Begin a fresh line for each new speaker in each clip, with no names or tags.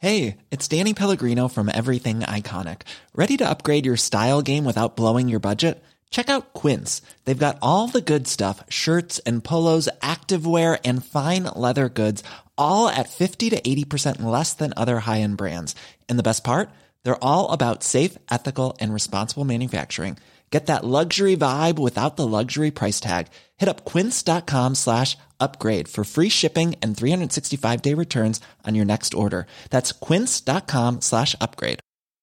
Hey, it's Danny Pellegrino from Everything Iconic. Ready to upgrade your style game without blowing your budget? Check out Quince. They've got all the good stuff, shirts and polos, activewear, and fine leather goods, all at 50 to 80% less than other high-end brands. And the best part? They're all about safe, ethical, and responsible manufacturing. Get that luxury vibe without the luxury price tag. Hit up quince.com/upgrade for free shipping and 365-day returns on your next order. That's quince.com/upgrade.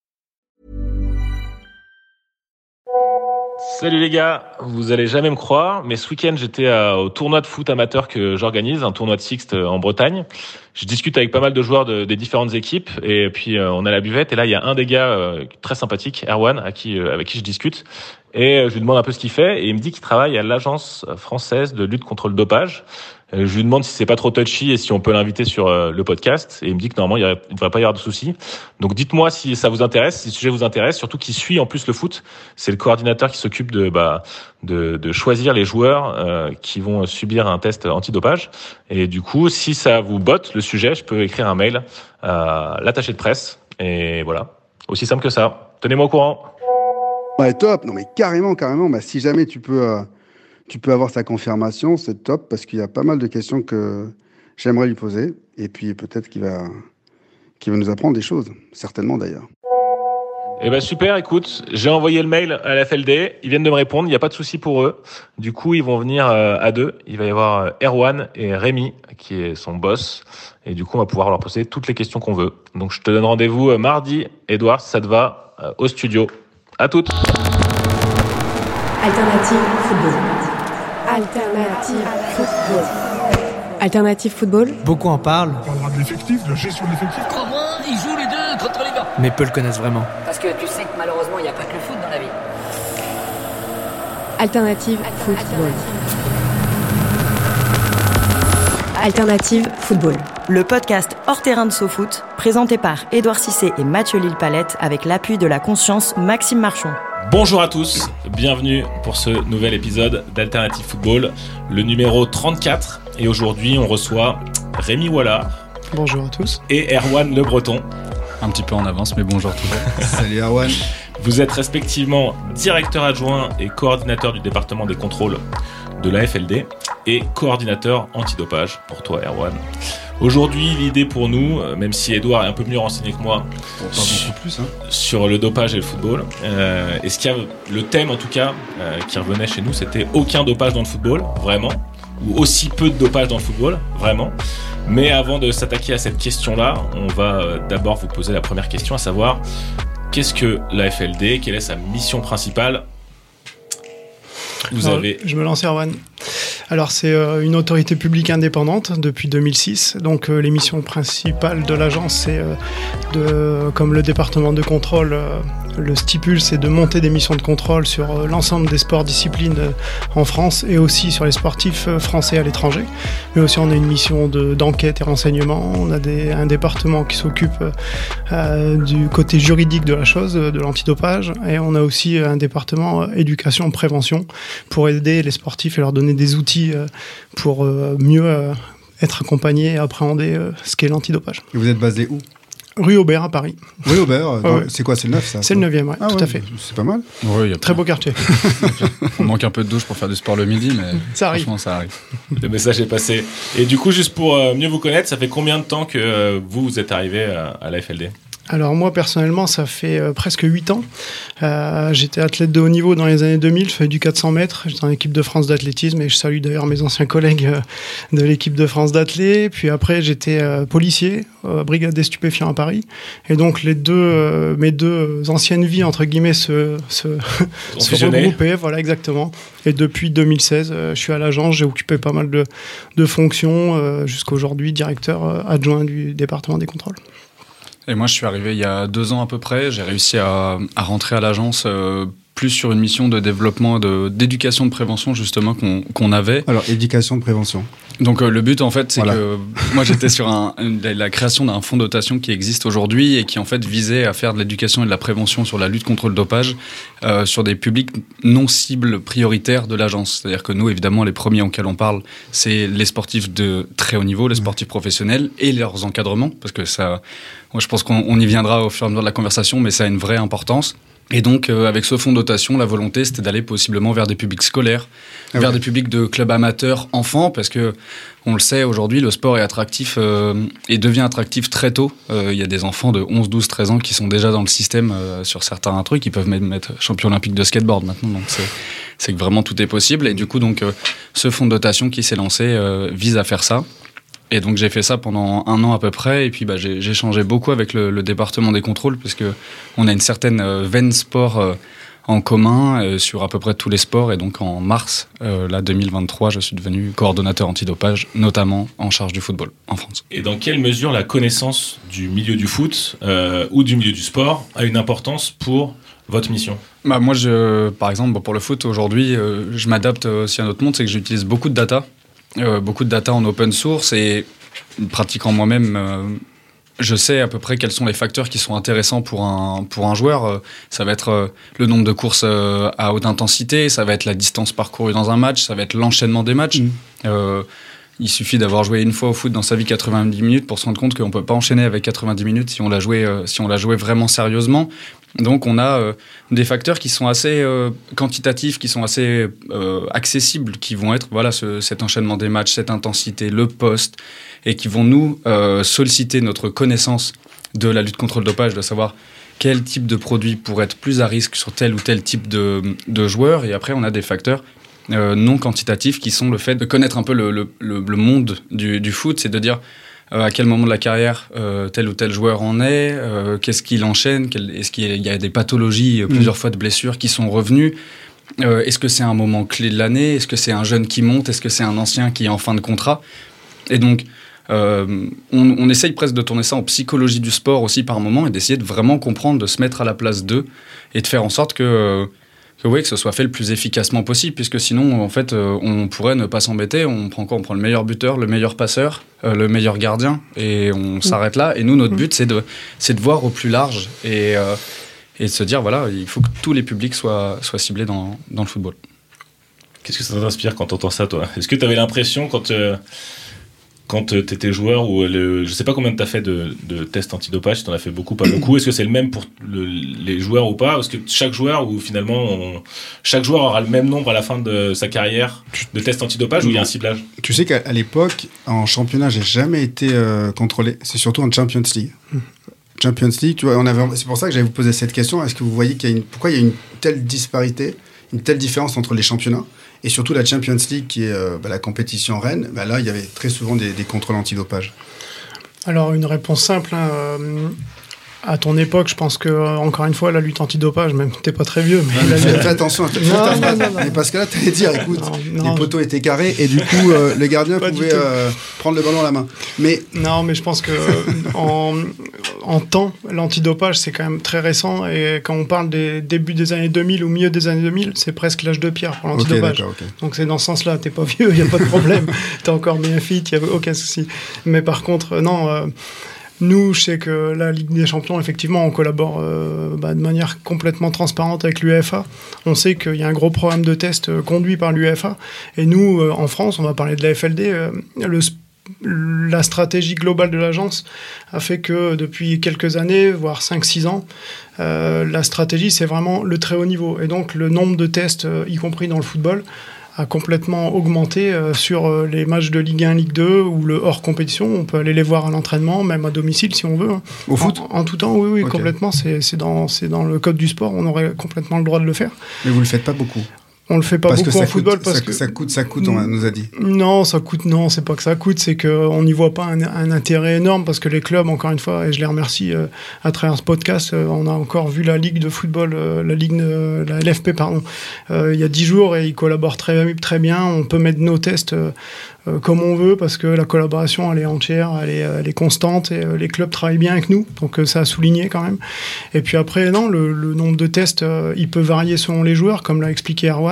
Salut les gars, vous allez jamais me croire, mais ce week-end j'étais au tournoi de foot amateur que j'organise, un tournoi de Sixte en Bretagne. Je discute avec pas mal de joueurs des différentes équipes et puis on a la buvette et là il y a un des gars très sympathique, Erwan, avec qui je discute et je lui demande un peu ce qu'il fait et il me dit qu'il travaille à l'Agence française de lutte contre le dopage. Je lui demande si c'est pas trop touchy et si on peut l'inviter sur le podcast. Et il me dit que normalement, il ne devrait pas y avoir de soucis. Donc dites-moi si ça vous intéresse, si le sujet vous intéresse, surtout qu'il suit en plus le foot. C'est le coordinateur qui s'occupe de choisir les joueurs qui vont subir un test antidopage. Et du coup, si ça vous botte le sujet, je peux écrire un mail à l'attaché de presse. Et voilà, aussi simple que ça. Tenez-moi au courant.
Ouais, top. Non mais carrément. Bah, si jamais tu peux avoir sa confirmation, c'est top, parce qu'il y a pas mal de questions que j'aimerais lui poser. Et puis peut-être qu'il va nous apprendre des choses. Certainement d'ailleurs.
Eh ben super, écoute, j'ai envoyé le mail à la FLD, ils viennent de me répondre, il n'y a pas de souci pour eux. Du coup, ils vont venir à deux. Il va y avoir Erwan et Rémi, qui est son boss. Et du coup, on va pouvoir leur poser toutes les questions qu'on veut. Donc je te donne rendez-vous mardi, Edouard, si ça te va, au studio. À toutes.
Alternative football. Alternative football. Alternative football.
Beaucoup en parlent.
On parlera de l'effectif, de la gestion de l'effectif.
Comment ils jouent les deux contre les gars.
Mais peu le connaissent vraiment.
Parce que tu sais que malheureusement, il n'y a pas que le foot dans la vie.
Alternative football. Alternative football.
Le podcast hors terrain de SoFoot, présenté par Édouard Cissé et Mathieu Lille-Palette avec l'appui de la conscience Maxime Marchon.
Bonjour à tous, bienvenue pour ce nouvel épisode d'Alternative Football, le numéro 34. Et aujourd'hui, on reçoit Rémi Wallard.
Bonjour à tous.
Et Erwan Le Breton.
Un petit peu en avance, mais bonjour tout le monde.
Salut Erwan.
Vous êtes respectivement directeur adjoint et coordinateur du département des contrôles de la FLD et coordinateur antidopage pour toi, Erwan. Aujourd'hui, l'idée pour nous, même si Edouard est un peu mieux renseigné que moi sur le dopage et le football, et ce qu'il y a, le thème en tout cas qui revenait chez nous, c'était aucun dopage dans le football, vraiment, ou aussi peu de dopage dans le football, vraiment. Mais avant de s'attaquer à cette question-là, on va d'abord vous poser la première question, à savoir, qu'est-ce que la FLD, quelle est sa mission principale ?
Je me lance, Erwan. Alors, c'est une autorité publique indépendante depuis 2006. Donc, les missions principales de l'agence, c'est comme le département de contrôle le stipule, c'est de monter des missions de contrôle sur l'ensemble des sports disciplines en France et aussi sur les sportifs français à l'étranger. Mais aussi, on a une mission d'enquête et renseignement. On a un département qui s'occupe du côté juridique de la chose, de l'antidopage. Et on a aussi un département éducation-prévention pour aider les sportifs et leur donner des outils pour mieux être accompagnés et appréhender ce qu'est l'antidopage.
Et vous êtes basé où ?
Rue Aubert à Paris.
Rue Aubert,
ouais.
C'est quoi, c'est le 9 ça ?
C'est le 9e, tout à fait.
C'est pas mal.
Ouais,
très beau quartier.
On manque un peu de douche pour faire du sport le midi, mais
ça arrive.
Franchement, ça arrive.
Le message est passé. Et du coup, juste pour mieux vous connaître, ça fait combien de temps que vous êtes arrivé à la FLD ?
Alors moi personnellement ça fait presque 8 ans. J'étais athlète de haut niveau dans les années 2000, je faisais du 400 mètres, j'étais en équipe de France d'athlétisme et je salue d'ailleurs mes anciens collègues de l'équipe de France d'athlé. Puis après j'étais policier, brigade des stupéfiants à Paris. Et donc mes deux anciennes vies entre guillemets se regroupaient, voilà exactement. Et depuis 2016 je suis à l'agence, j'ai occupé pas mal de fonctions jusqu'à aujourd'hui directeur adjoint du département des contrôles.
Et moi, je suis arrivé il y a 2 ans à peu près. J'ai réussi à rentrer à l'agence plus sur une mission de développement, d'éducation de prévention justement qu'on avait.
Alors, éducation de prévention.
Donc le but en fait, c'est que moi j'étais sur la création d'un fonds de dotation qui existe aujourd'hui et qui en fait visait à faire de l'éducation et de la prévention sur la lutte contre le dopage sur des publics non cibles prioritaires de l'agence. C'est-à-dire que nous, évidemment, les premiers auxquels on parle, c'est les sportifs de très haut niveau, les sportifs professionnels et leurs encadrements, parce que ça, je pense qu'on y viendra au fur et à mesure de la conversation, mais ça a une vraie importance. Et donc, avec ce fonds de dotation, la volonté, c'était d'aller possiblement vers des publics scolaires, vers des publics de clubs amateurs enfants, parce que, on le sait, aujourd'hui, le sport est attractif et devient attractif très tôt. Il y a des enfants de 11, 12, 13 ans qui sont déjà dans le système sur certains trucs. Ils peuvent même être champions olympiques de skateboard maintenant. Donc, c'est que vraiment tout est possible. Et du coup, donc, ce fonds de dotation qui s'est lancé vise à faire ça. Et donc j'ai fait ça pendant 1 an à peu près, et puis j'ai changé beaucoup avec le département des contrôles, parce que on a une certaine veine sport en commun sur à peu près tous les sports, et donc en mars 2023, je suis devenu coordonnateur antidopage, notamment en charge du football en France.
Et dans quelle mesure la connaissance du milieu du foot ou du milieu du sport a une importance pour votre mission ?
Moi, par exemple, pour le foot aujourd'hui, je m'adapte aussi à notre monde, c'est que j'utilise beaucoup de data. Beaucoup de data en open source, et pratiquant moi-même, je sais à peu près quels sont les facteurs qui sont intéressants pour un joueur. Ça va être le nombre de courses à haute intensité, ça va être la distance parcourue dans un match, ça va être l'enchaînement des matchs. Il suffit d'avoir joué une fois au foot dans sa vie 90 minutes pour se rendre compte qu'on ne peut pas enchaîner avec 90 minutes si on l'a joué vraiment sérieusement. Donc on a des facteurs qui sont assez quantitatifs, qui sont assez accessibles, qui vont être cet enchaînement des matchs, cette intensité, le poste, et qui vont nous solliciter notre connaissance de la lutte contre le dopage, de savoir quel type de produit pourrait être plus à risque sur tel ou tel type de joueur. Et après on a des facteurs non quantitatifs qui sont le fait de connaître un peu le monde du foot, c'est de dire à quel moment de la carrière tel ou tel joueur en est, qu'est-ce qu'il enchaîne, est-ce qu'il y a des pathologies, plusieurs fois de blessures qui sont revenues, est-ce que c'est un moment clé de l'année, est-ce que c'est un jeune qui monte, est-ce que c'est un ancien qui est en fin de contrat. Et donc on essaye presque de tourner ça en psychologie du sport aussi par moment, et d'essayer de vraiment comprendre, de se mettre à la place d'eux, et de faire en sorte que ce soit fait le plus efficacement possible, puisque sinon, en fait, on pourrait ne pas s'embêter. On prend quoi ? On prend le meilleur buteur, le meilleur passeur, le meilleur gardien, et on s'arrête là. Et nous, notre but, c'est de voir au plus large et de se dire, voilà, il faut que tous les publics soient ciblés dans le football.
Qu'est-ce que ça t'inspire quand t'entends ça, toi ? Est-ce que t'avais l'impression, quand t'étais joueur, ou je sais pas combien t'as fait de tests antidopage, si t'en as fait beaucoup, pas beaucoup, est-ce que c'est le même pour les joueurs ou pas ? Est-ce que chaque joueur, ou finalement chaque joueur aura le même nombre à la fin de sa carrière de tests antidopage, ou il y a un ciblage ?
Tu sais qu'à l'époque, en championnat, j'ai jamais été contrôlé. C'est surtout en Champions League. Champions League, tu vois, c'est pour ça que j'allais vous poser cette question. Est-ce que vous voyez pourquoi il y a une telle disparité, une telle différence entre les championnats ? Et surtout la Champions League, qui est la compétition reine, là, il y avait très souvent des contrôles antidopage. Alors,
une réponse simple. À ton époque, je pense que, encore une fois, la lutte antidopage, même t'es pas très vieux. Mais
fais attention à ta phrase. Mais parce que là, t'allais dire, écoute, les poteaux étaient carrés, et du coup, le gardien pouvait prendre le ballon à la main. Non, mais je pense que en temps, l'antidopage, c'est quand même très récent. Et quand on parle des débuts des années 2000 ou milieu des années 2000, c'est presque l'âge de pierre pour l'antidopage. Okay. Donc c'est dans ce sens-là, t'es pas vieux, il n'y a pas de problème. T'es encore bien fit, il n'y a aucun souci. Mais par contre, non... Nous, je sais que la Ligue des Champions, effectivement, on collabore de manière complètement transparente avec l'UEFA. On sait qu'il y a un gros programme de tests conduit par l'UEFA. Et nous, en France, on va parler de la FLD, la stratégie globale de l'agence a fait que depuis quelques années, voire 5-6 ans, la stratégie, c'est vraiment le très haut niveau. Et donc, le nombre de tests, y compris dans le football, a complètement augmenté sur les matchs de Ligue 1, Ligue 2 ou le hors compétition. On peut aller les voir à l'entraînement, même à domicile si on veut. Au foot ? En tout temps, oui, okay. Complètement. C'est dans le code du sport, on aurait complètement le droit de le faire. Mais vous ne le faites pas beaucoup ? On le fait pas beaucoup en football parce que ça coûte, on nous a dit. Non, ça coûte, non, c'est pas que ça coûte, c'est qu'on n'y voit pas un intérêt énorme parce que les clubs, encore une fois, et je les remercie à travers ce podcast, on a encore vu la Ligue de football, la LFP, pardon, il y a 10 jours et ils collaborent très, très bien. On peut mettre nos tests comme on veut parce que la collaboration elle est entière, elle est constante et les clubs travaillent bien avec nous, donc ça a souligné quand même. Et puis après, non, le nombre de tests, il peut varier selon les joueurs, comme l'a expliqué Erwan.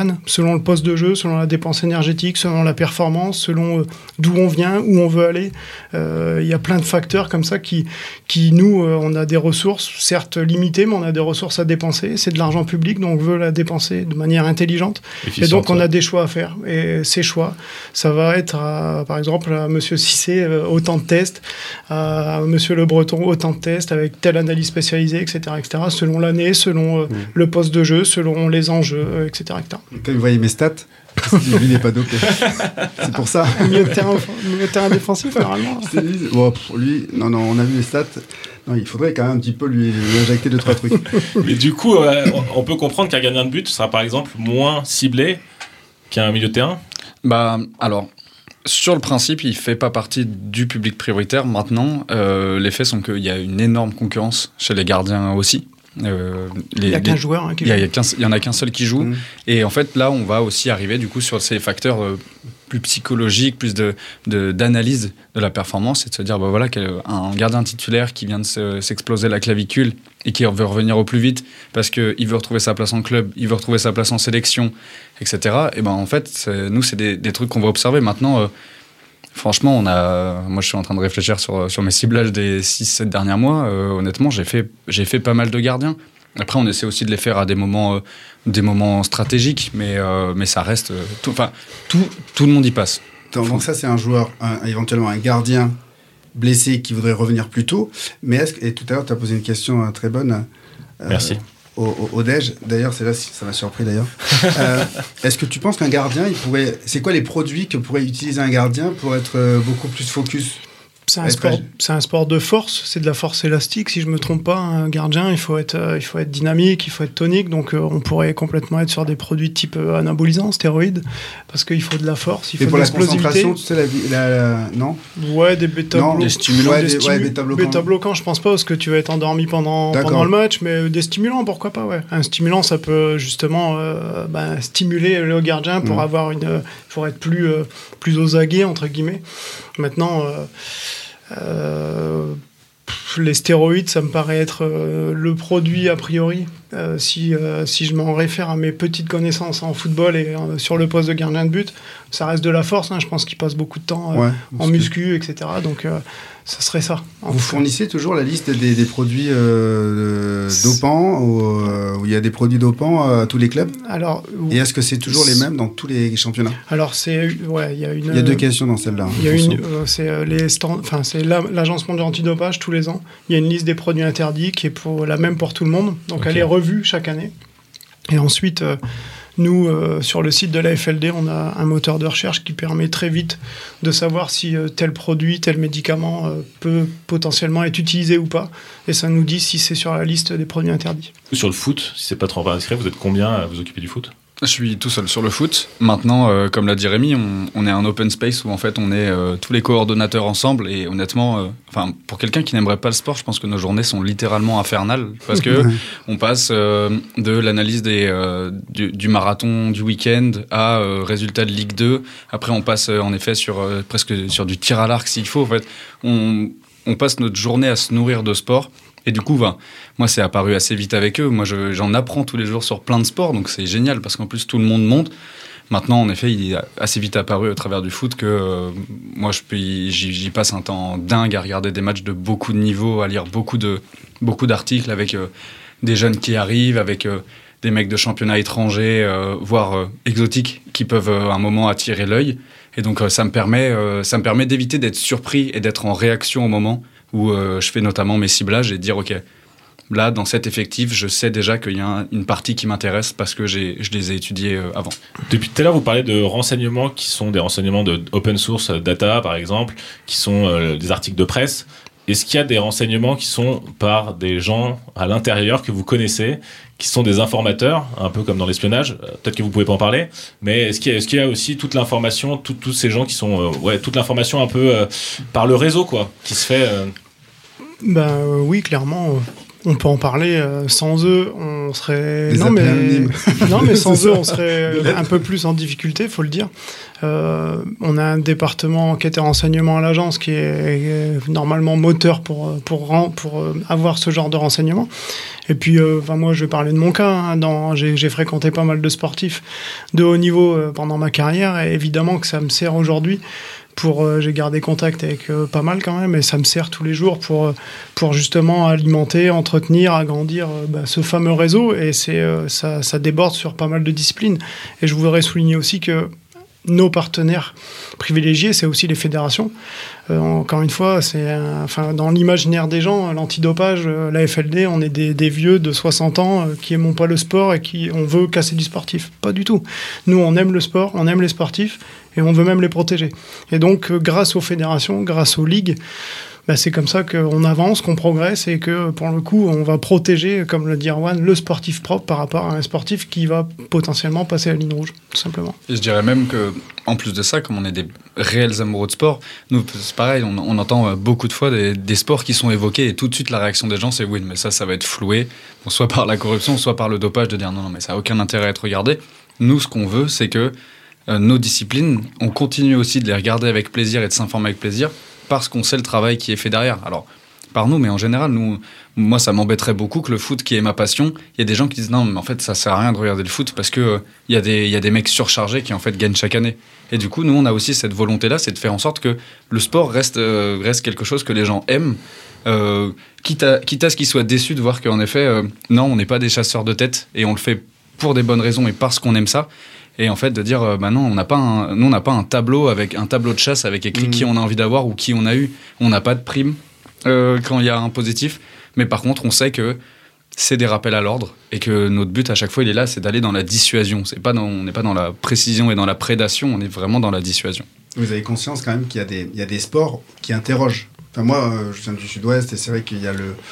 plane selon le poste de jeu, selon la dépense énergétique, selon la performance, selon d'où on vient, où on veut aller. Il y a plein de facteurs comme ça qui nous, on a des ressources, certes limitées, mais on a des ressources à dépenser. C'est de l'argent public, donc on veut la dépenser de manière intelligente. Et donc, on a des choix à faire. Et ces choix, ça va être, par exemple, à Monsieur Cissé, autant de tests, à Monsieur Le Breton, autant de tests, avec telle analyse spécialisée, etc., selon l'année, selon le poste de jeu, selon les enjeux, etc., etc.
Quand vous voyez mes stats, lui, il n'est pas dopé. C'est pour ça.
Milieu de terrain défensif, normalement.
Bon, lui, non, on a vu les stats. Non, il faudrait quand même un petit peu lui injecter 2-3 trucs.
Mais du coup, on peut comprendre qu'un gardien de but sera par exemple moins ciblé qu'un milieu de terrain.
Alors, sur le principe, il ne fait pas partie du public prioritaire. Maintenant, les faits sont qu'il y a une énorme concurrence chez les gardiens aussi.
Il y a 15 joueurs qui jouent.
Il y en a qu'un seul qui joue. Et en fait, là, on va aussi arriver du coup sur ces facteurs plus psychologiques, plus d'analyse de la performance, et de se dire, voilà, un gardien titulaire qui vient de s'exploser la clavicule et qui veut revenir au plus vite parce qu'il veut retrouver sa place en club, il veut retrouver sa place en sélection, etc. Et en fait, nous, c'est des trucs qu'on va observer. Maintenant, franchement, moi je suis en train de réfléchir sur mes ciblages des 6-7 derniers mois. Honnêtement, j'ai fait pas mal de gardiens. Après, on essaie aussi de les faire à des moments stratégiques, mais ça reste... tout le monde y passe.
Donc ça, c'est un joueur, éventuellement un gardien blessé qui voudrait revenir plus tôt. Mais et tout à l'heure, tu as posé une question très bonne.
Merci.
Au déj, d'ailleurs, c'est là, ça m'a surpris d'ailleurs. Est-ce que tu penses qu'un gardien, c'est quoi les produits que pourrait utiliser un gardien pour être beaucoup plus focus?
C'est un sport de force, c'est de la force élastique, si je me trompe pas. Un gardien, il faut être dynamique, il faut être tonique, donc on pourrait complètement être sur des produits type anabolisants, stéroïdes, parce qu'il faut de la force, il faut de l'explosivité. Et pour la concentration,
tu sais, non?
Ouais, des bêta-bloquants.
Des stimulants.
Bêta-bloquants, je pense pas, parce que tu vas être endormi pendant le match, mais des stimulants, pourquoi pas, ouais. Un stimulant, ça peut justement stimuler le gardien pour pour être plus aux aguets, entre guillemets. Maintenant, les stéroïdes, ça me paraît être le produit a priori. Si je m'en réfère à mes petites connaissances en football et sur le poste de gardien de but, ça reste de la force. Je pense qu'il passe beaucoup de temps en muscu, etc. Donc, ça serait ça.
Vous fournissez toujours la liste des produits dopants où il y a des produits dopants à tous les clubs?
Alors,
et est-ce que c'est toujours les mêmes dans tous les championnats? Alors,
il y a
deux questions dans celle-là.
Il y a c'est l'Agence mondiale antidopage tous les ans. Il y a une liste des produits interdits qui est la même pour tout le monde. Donc, elle est revue chaque année. Et ensuite... Nous, sur le site de la FLD, on a un moteur de recherche qui permet très vite de savoir si tel produit, tel médicament peut potentiellement être utilisé ou pas. Et ça nous dit si c'est sur la liste des produits interdits.
Sur le foot, si c'est pas trop indiscret, vous êtes combien à vous occuper du foot ?
Je suis tout seul sur le foot. Maintenant, comme l'a dit Rémi, on est un open space où en fait on est tous les coordonnateurs ensemble. Et honnêtement, pour quelqu'un qui n'aimerait pas le sport, je pense que nos journées sont littéralement infernales parce que on passe de l'analyse du marathon du week-end à résultats de Ligue 2. Après, on passe en effet presque sur du tir à l'arc s'il faut. En fait, on passe notre journée à se nourrir de sport. Et du coup, moi, c'est apparu assez vite avec eux. Moi, j'en apprends tous les jours sur plein de sports, donc c'est génial parce qu'en plus, tout le monde monte. Maintenant, en effet, il est assez vite apparu au travers du foot que moi, j'y passe un temps dingue à regarder des matchs de beaucoup de niveaux, à lire beaucoup d'articles avec des jeunes qui arrivent, avec des mecs de championnats étrangers, voire exotiques, qui peuvent à un moment attirer l'œil. Et donc, ça me permet d'éviter d'être surpris et d'être en réaction au moment où je fais notamment mes ciblages et dire, OK, là, dans cet effectif, je sais déjà qu'il y a une partie qui m'intéresse parce que je les ai étudiés avant.
Depuis tout à l'heure, vous parlez de renseignements qui sont des renseignements de open source data, par exemple, qui sont des articles de presse. Est-ce qu'il y a des renseignements qui sont par des gens à l'intérieur que vous connaissez, qui sont des informateurs, un peu comme dans l'espionnage? Peut-être que vous pouvez pas en parler, mais est-ce qu'il y a aussi toute l'information, tous ces gens qui sont... toute l'information un peu par le réseau, quoi, qui se fait...
Oui, clairement. On peut en parler. Sans eux, on serait.
Les
non, mais sans eux, on serait un peu plus en difficulté, faut le dire. On a un département enquête et renseignement à l'agence qui est normalement moteur pour avoir ce genre de renseignements. Et puis, moi, je vais parler de mon cas. J'ai fréquenté pas mal de sportifs de haut niveau pendant ma carrière, et évidemment que ça me sert aujourd'hui. J'ai gardé contact avec pas mal quand même, et ça me sert tous les jours pour justement alimenter, entretenir, agrandir ce fameux réseau, et ça déborde sur pas mal de disciplines. Et je voudrais souligner aussi que nos partenaires privilégiés, c'est aussi les fédérations. Encore une fois, dans l'imaginaire des gens, l'antidopage, la FLD, on est des vieux de 60 ans qui aiment pas le sport et on veut casser du sportif. Pas du tout. Nous, on aime le sport, on aime les sportifs et on veut même les protéger. Et donc, grâce aux fédérations, grâce aux ligues, c'est comme ça qu'on avance, qu'on progresse, et que pour le coup, on va protéger, comme le dit Erwan, le sportif propre par rapport à un sportif qui va potentiellement passer la ligne rouge, tout simplement.
Et je dirais même que, en plus de ça, comme on est des réels amoureux de sport, nous, c'est pareil, on entend beaucoup de fois des sports qui sont évoqués, et tout de suite, la réaction des gens, c'est oui, mais ça va être floué, soit par la corruption, soit par le dopage, de dire non, mais ça n'a aucun intérêt à être regardé. Nous, ce qu'on veut, c'est que nos disciplines, on continue aussi de les regarder avec plaisir et de s'informer avec plaisir, parce qu'on sait le travail qui est fait derrière. Alors, par nous, mais en général, moi, ça m'embêterait beaucoup que le foot, qui est ma passion, il y a des gens qui disent non, mais en fait, ça sert à rien de regarder le foot parce que il y a des mecs surchargés qui, en fait, gagnent chaque année. Et du coup, nous, on a aussi cette volonté-là, c'est de faire en sorte que le sport reste quelque chose que les gens aiment, quitte à ce qu'ils soient déçus de voir qu'en effet, non, on n'est pas des chasseurs de tête et on le fait pour des bonnes raisons et parce qu'on aime ça. Et en fait, de dire, non, on n'a pas un tableau de chasse avec écrit qui on a envie d'avoir ou qui on a eu. On n'a pas de prime quand il y a un positif. Mais par contre, on sait que c'est des rappels à l'ordre et que notre but à chaque fois, il est là, c'est d'aller dans la dissuasion. On n'est pas dans la précision et dans la prédation, on est vraiment dans la dissuasion.
Vous avez conscience quand même qu'il y a des sports qui interrogent. Enfin, moi, je viens du Sud-Ouest, et c'est vrai qu'il y a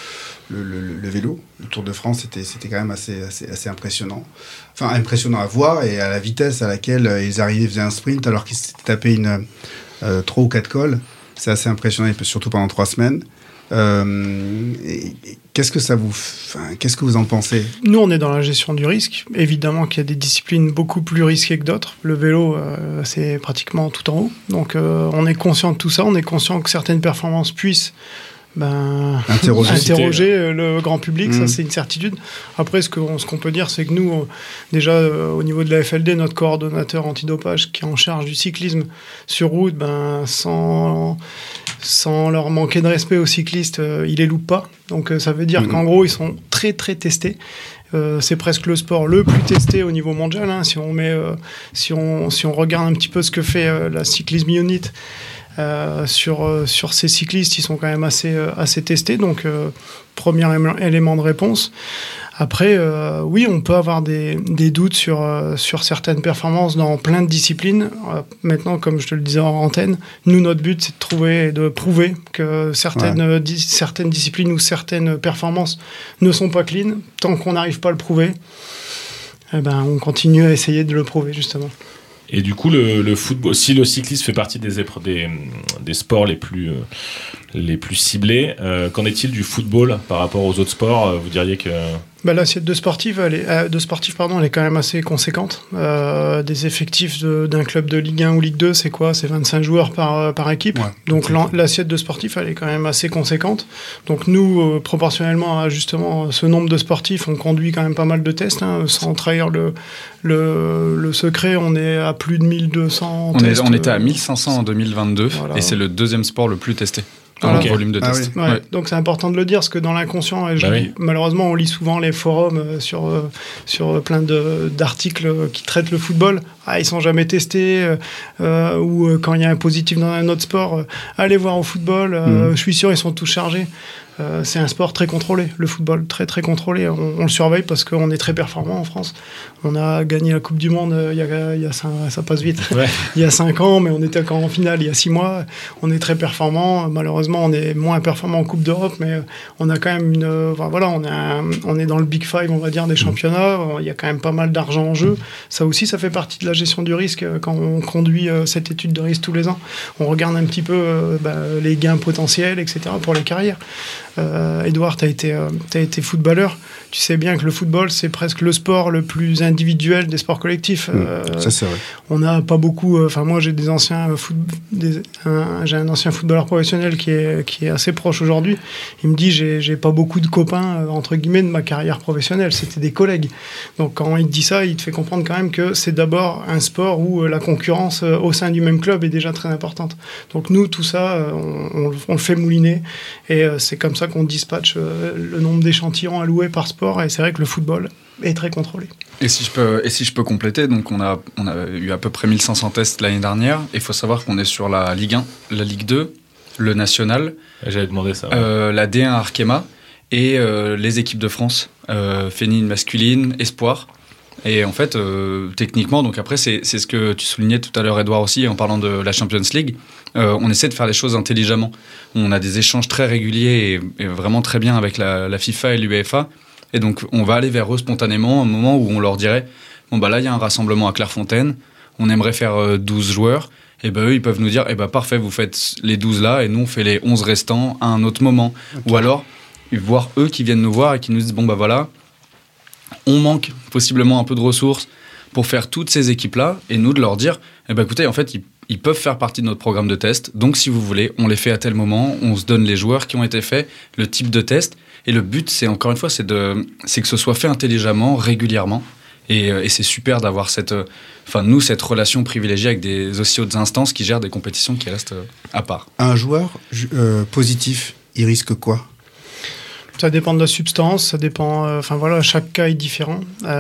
le vélo, le Tour de France, c'était quand même assez impressionnant. Enfin, impressionnant à voir, et à la vitesse à laquelle ils arrivaient, ils faisaient un sprint alors qu'ils s'étaient tapé 3 ou 4 cols. C'est assez impressionnant, surtout pendant 3 semaines. Qu'est-ce que vous en pensez ?
Nous, on est dans la gestion du risque. Évidemment qu'il y a des disciplines beaucoup plus risquées que d'autres. Le vélo, c'est pratiquement tout en haut. Donc, on est conscient de tout ça. On est conscient que certaines performances puissent interroger le grand public, ça c'est une certitude. Après, ce qu'on peut dire, c'est que nous, déjà au niveau de la FLD, notre coordonnateur antidopage qui est en charge du cyclisme sur route, sans leur manquer de respect aux cyclistes, il les loupe pas. Donc ça veut dire qu'en gros, ils sont très très testés. C'est presque le sport le plus testé au niveau mondial. Si on regarde un petit peu ce que fait la Cyclisme Unit, sur ces cyclistes, ils sont quand même assez testés, donc premier élément de réponse. Après, oui, on peut avoir des doutes sur certaines performances dans plein de disciplines. Maintenant, comme je te le disais en antenne, nous, notre but, c'est de trouver et de prouver que certaines disciplines ou certaines performances ne sont pas clean. Tant qu'on n'arrive pas à le prouver, on continue à essayer de le prouver, justement.
Et du coup, le football, si le cyclisme fait partie des sports les plus ciblés, qu'en est-il du football par rapport aux autres sports ? Vous diriez que...
L'assiette de sportifs, elle est quand même assez conséquente. Des effectifs d'un club de Ligue 1 ou Ligue 2, c'est quoi ? C'est 25 joueurs par équipe. Ouais, donc l'assiette de sportifs, elle est quand même assez conséquente. Donc nous, proportionnellement à justement ce nombre de sportifs, on conduit quand même pas mal de tests. Sans trahir le secret, on est à plus de 1200 tests.
On était à 1500 en 2022, voilà. Et c'est le deuxième sport le plus testé. Le volume de tests.
Oui. Ouais. Donc c'est important de le dire, parce que dans l'inconscient, malheureusement, on lit souvent les forums sur plein d'articles qui traitent le football. Ils sont jamais testés, ou quand il y a un positif dans un autre sport, allez voir au football, je suis sûr ils sont tous chargés. C'est un sport très contrôlé, le football, très très contrôlé. On le surveille parce qu'on est très performant en France. On a gagné la Coupe du Monde ça passe vite. Ouais. Il y a 5 ans, mais on était encore en finale il y a 6 mois. On est très performant. Malheureusement, on est moins performant en Coupe d'Europe, mais on a quand même on est dans le Big Five, on va dire, des championnats. Il y a quand même pas mal d'argent en jeu. Ça aussi, ça fait partie de la gestion du risque quand on conduit cette étude de risque tous les ans. On regarde un petit peu les gains potentiels, etc. pour les carrières. Edouard, t'as été footballeur. Tu sais bien que le football, c'est presque le sport le plus individuel des sports collectifs.
Ça, c'est vrai.
On n'a pas beaucoup... moi, j'ai j'ai un ancien footballeur professionnel qui est assez proche aujourd'hui. Il me dit, j'ai pas beaucoup de copains, entre guillemets, de ma carrière professionnelle. C'était des collègues. Donc, quand il te dit ça, il te fait comprendre quand même que c'est d'abord un sport où la concurrence au sein du même club est déjà très importante. Donc, nous, tout ça, on le fait mouliner. Et c'est comme ça qu'on dispatche le nombre d'échantillons alloués par sport. Et c'est vrai que le football est très contrôlé.
Et si je peux compléter, donc on a eu à peu près 1500 tests l'année dernière. Il faut savoir qu'on est sur la Ligue 1, la Ligue 2, le National.
J'avais demandé ça.
La D1 Arkema et les équipes de France, féminine, masculine, espoir. Et en fait, techniquement, donc après, c'est ce que tu soulignais tout à l'heure, Edouard, aussi, en parlant de la Champions League. On essaie de faire les choses intelligemment. On a des échanges très réguliers et vraiment très bien avec la FIFA et l'UEFA. Et donc, on va aller vers eux spontanément, un moment où on leur dirait « Bon, bah là, il y a un rassemblement à Clairefontaine, on aimerait faire 12 joueurs. » Et ben eux, ils peuvent nous dire « Parfait, vous faites les 12 là, et nous, on fait les 11 restants à un autre moment. Okay. » Ou alors, voir eux qui viennent nous voir et qui nous disent « Bon, bah voilà, on manque possiblement un peu de ressources pour faire toutes ces équipes-là. » Et nous, de leur dire « Écoutez, en fait, ils peuvent faire partie de notre programme de test. Donc, si vous voulez, on les fait à tel moment. On se donne les joueurs qui ont été faits, le type de test. » Et le but, c'est encore une fois, c'est que ce soit fait intelligemment, régulièrement. Et c'est super d'avoir cette relation privilégiée avec des aussi hautes instances qui gèrent des compétitions qui restent à part.
Un joueur positif, il risque quoi ?
Ça dépend de la substance, ça dépend... chaque cas est différent.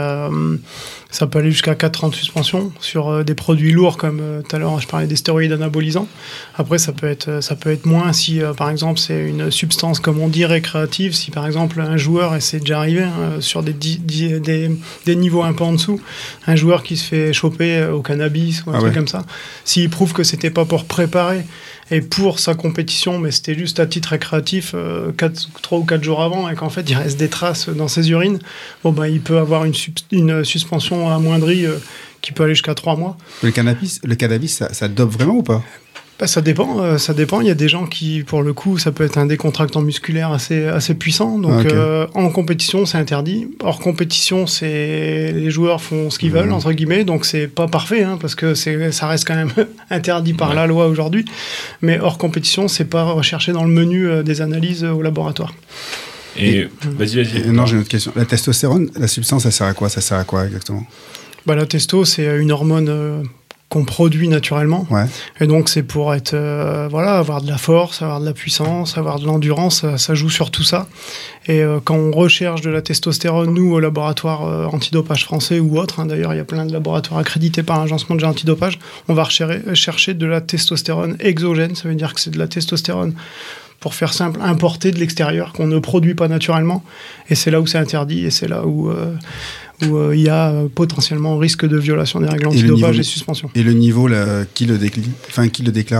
Ça peut aller jusqu'à 4 ans de suspension sur des produits lourds, comme tout à l'heure, je parlais des stéroïdes anabolisants. Après, ça peut être moins si, par exemple, c'est une substance, comme on dit, récréative. Si, par exemple, un joueur, et c'est déjà arrivé, sur des niveaux un peu en dessous, un joueur qui se fait choper au cannabis ou un truc comme ça, s'il prouve que c'était pas pour préparer et pour sa compétition, mais c'était juste à titre récréatif 3 ou 4 jours avant, et qu'en fait il reste des traces dans ses urines, il peut avoir une suspension amoindrie qui peut aller jusqu'à 3 mois.
Le cannabis, ça dope vraiment ou pas ?
Ça dépend. Il y a des gens qui, pour le coup, ça peut être un décontractant musculaire assez puissant. Donc, en compétition, c'est interdit. Hors compétition, les joueurs font ce qu'ils veulent, entre guillemets. Donc, c'est pas parfait, parce que ça reste quand même interdit par la loi aujourd'hui. Mais hors compétition, c'est pas recherché dans le menu des analyses au laboratoire.
Et vas-y.
Non, j'ai une autre question. La testostérone, la substance, ça sert à quoi exactement ?
La testo, c'est une hormone qu'on produit naturellement. Ouais. Et donc, c'est pour être, avoir de la force, avoir de la puissance, avoir de l'endurance, ça joue sur tout ça. Et quand on recherche de la testostérone, nous, au laboratoire antidopage français ou autre, d'ailleurs, il y a plein de laboratoires accrédités par l'Agence mondiale antidopage, on va chercher de la testostérone exogène, ça veut dire que c'est de la testostérone, pour faire simple, importée de l'extérieur, qu'on ne produit pas naturellement. Et c'est là où c'est interdit, et c'est là où il y a potentiellement risque de violation des règles antidopage et suspension.
Et le niveau, qui le déclare ?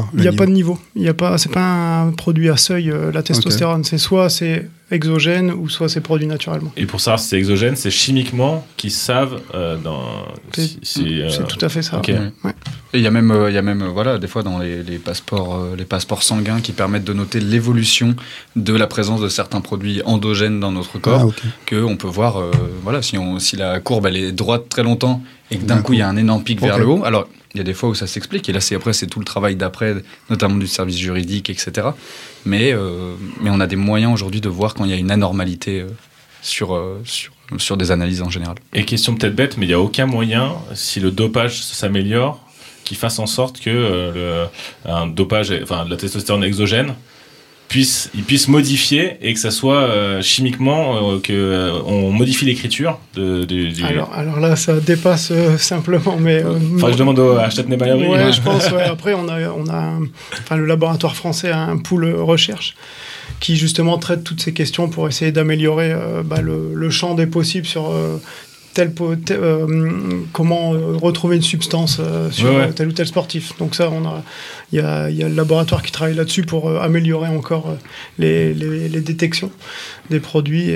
Il n'y a pas de niveau. C'est pas un produit à seuil, la testostérone. Okay. C'est soit c'est exogène ou soit c'est produit naturellement.
Et pour savoir si c'est exogène, c'est chimiquement qu'ils savent
c'est tout à fait ça.
Okay.
Ouais.
Et il y a même des fois dans les passeports sanguins qui permettent de noter l'évolution de la présence de certains produits endogènes dans notre corps, qu'on peut voir si la courbe elle est droite très longtemps et que d'un coup il y a un énorme pic vers le haut. Alors il y a des fois où ça s'explique, et là c'est tout le travail d'après, notamment du service juridique, etc. Mais on a des moyens aujourd'hui de voir quand il y a une anormalité sur des analyses en général.
Et question peut-être bête, mais il n'y a aucun moyen, si le dopage s'améliore, qui fasse en sorte que un dopage, la testostérone exogène, il puisse modifier et que ça soit chimiquement on modifie l'écriture du...
Alors là, ça dépasse simplement, mais...
Faudrait que je demande à Châtenay-Malabry.
Ouais, je pense, Après, on a le laboratoire français a un pool recherche qui, justement, traite toutes ces questions pour essayer d'améliorer le champ des possibles sur... comment retrouver une substance sur tel ou tel sportif. Donc ça, il y a le laboratoire qui travaille là-dessus pour améliorer encore les détections des produits et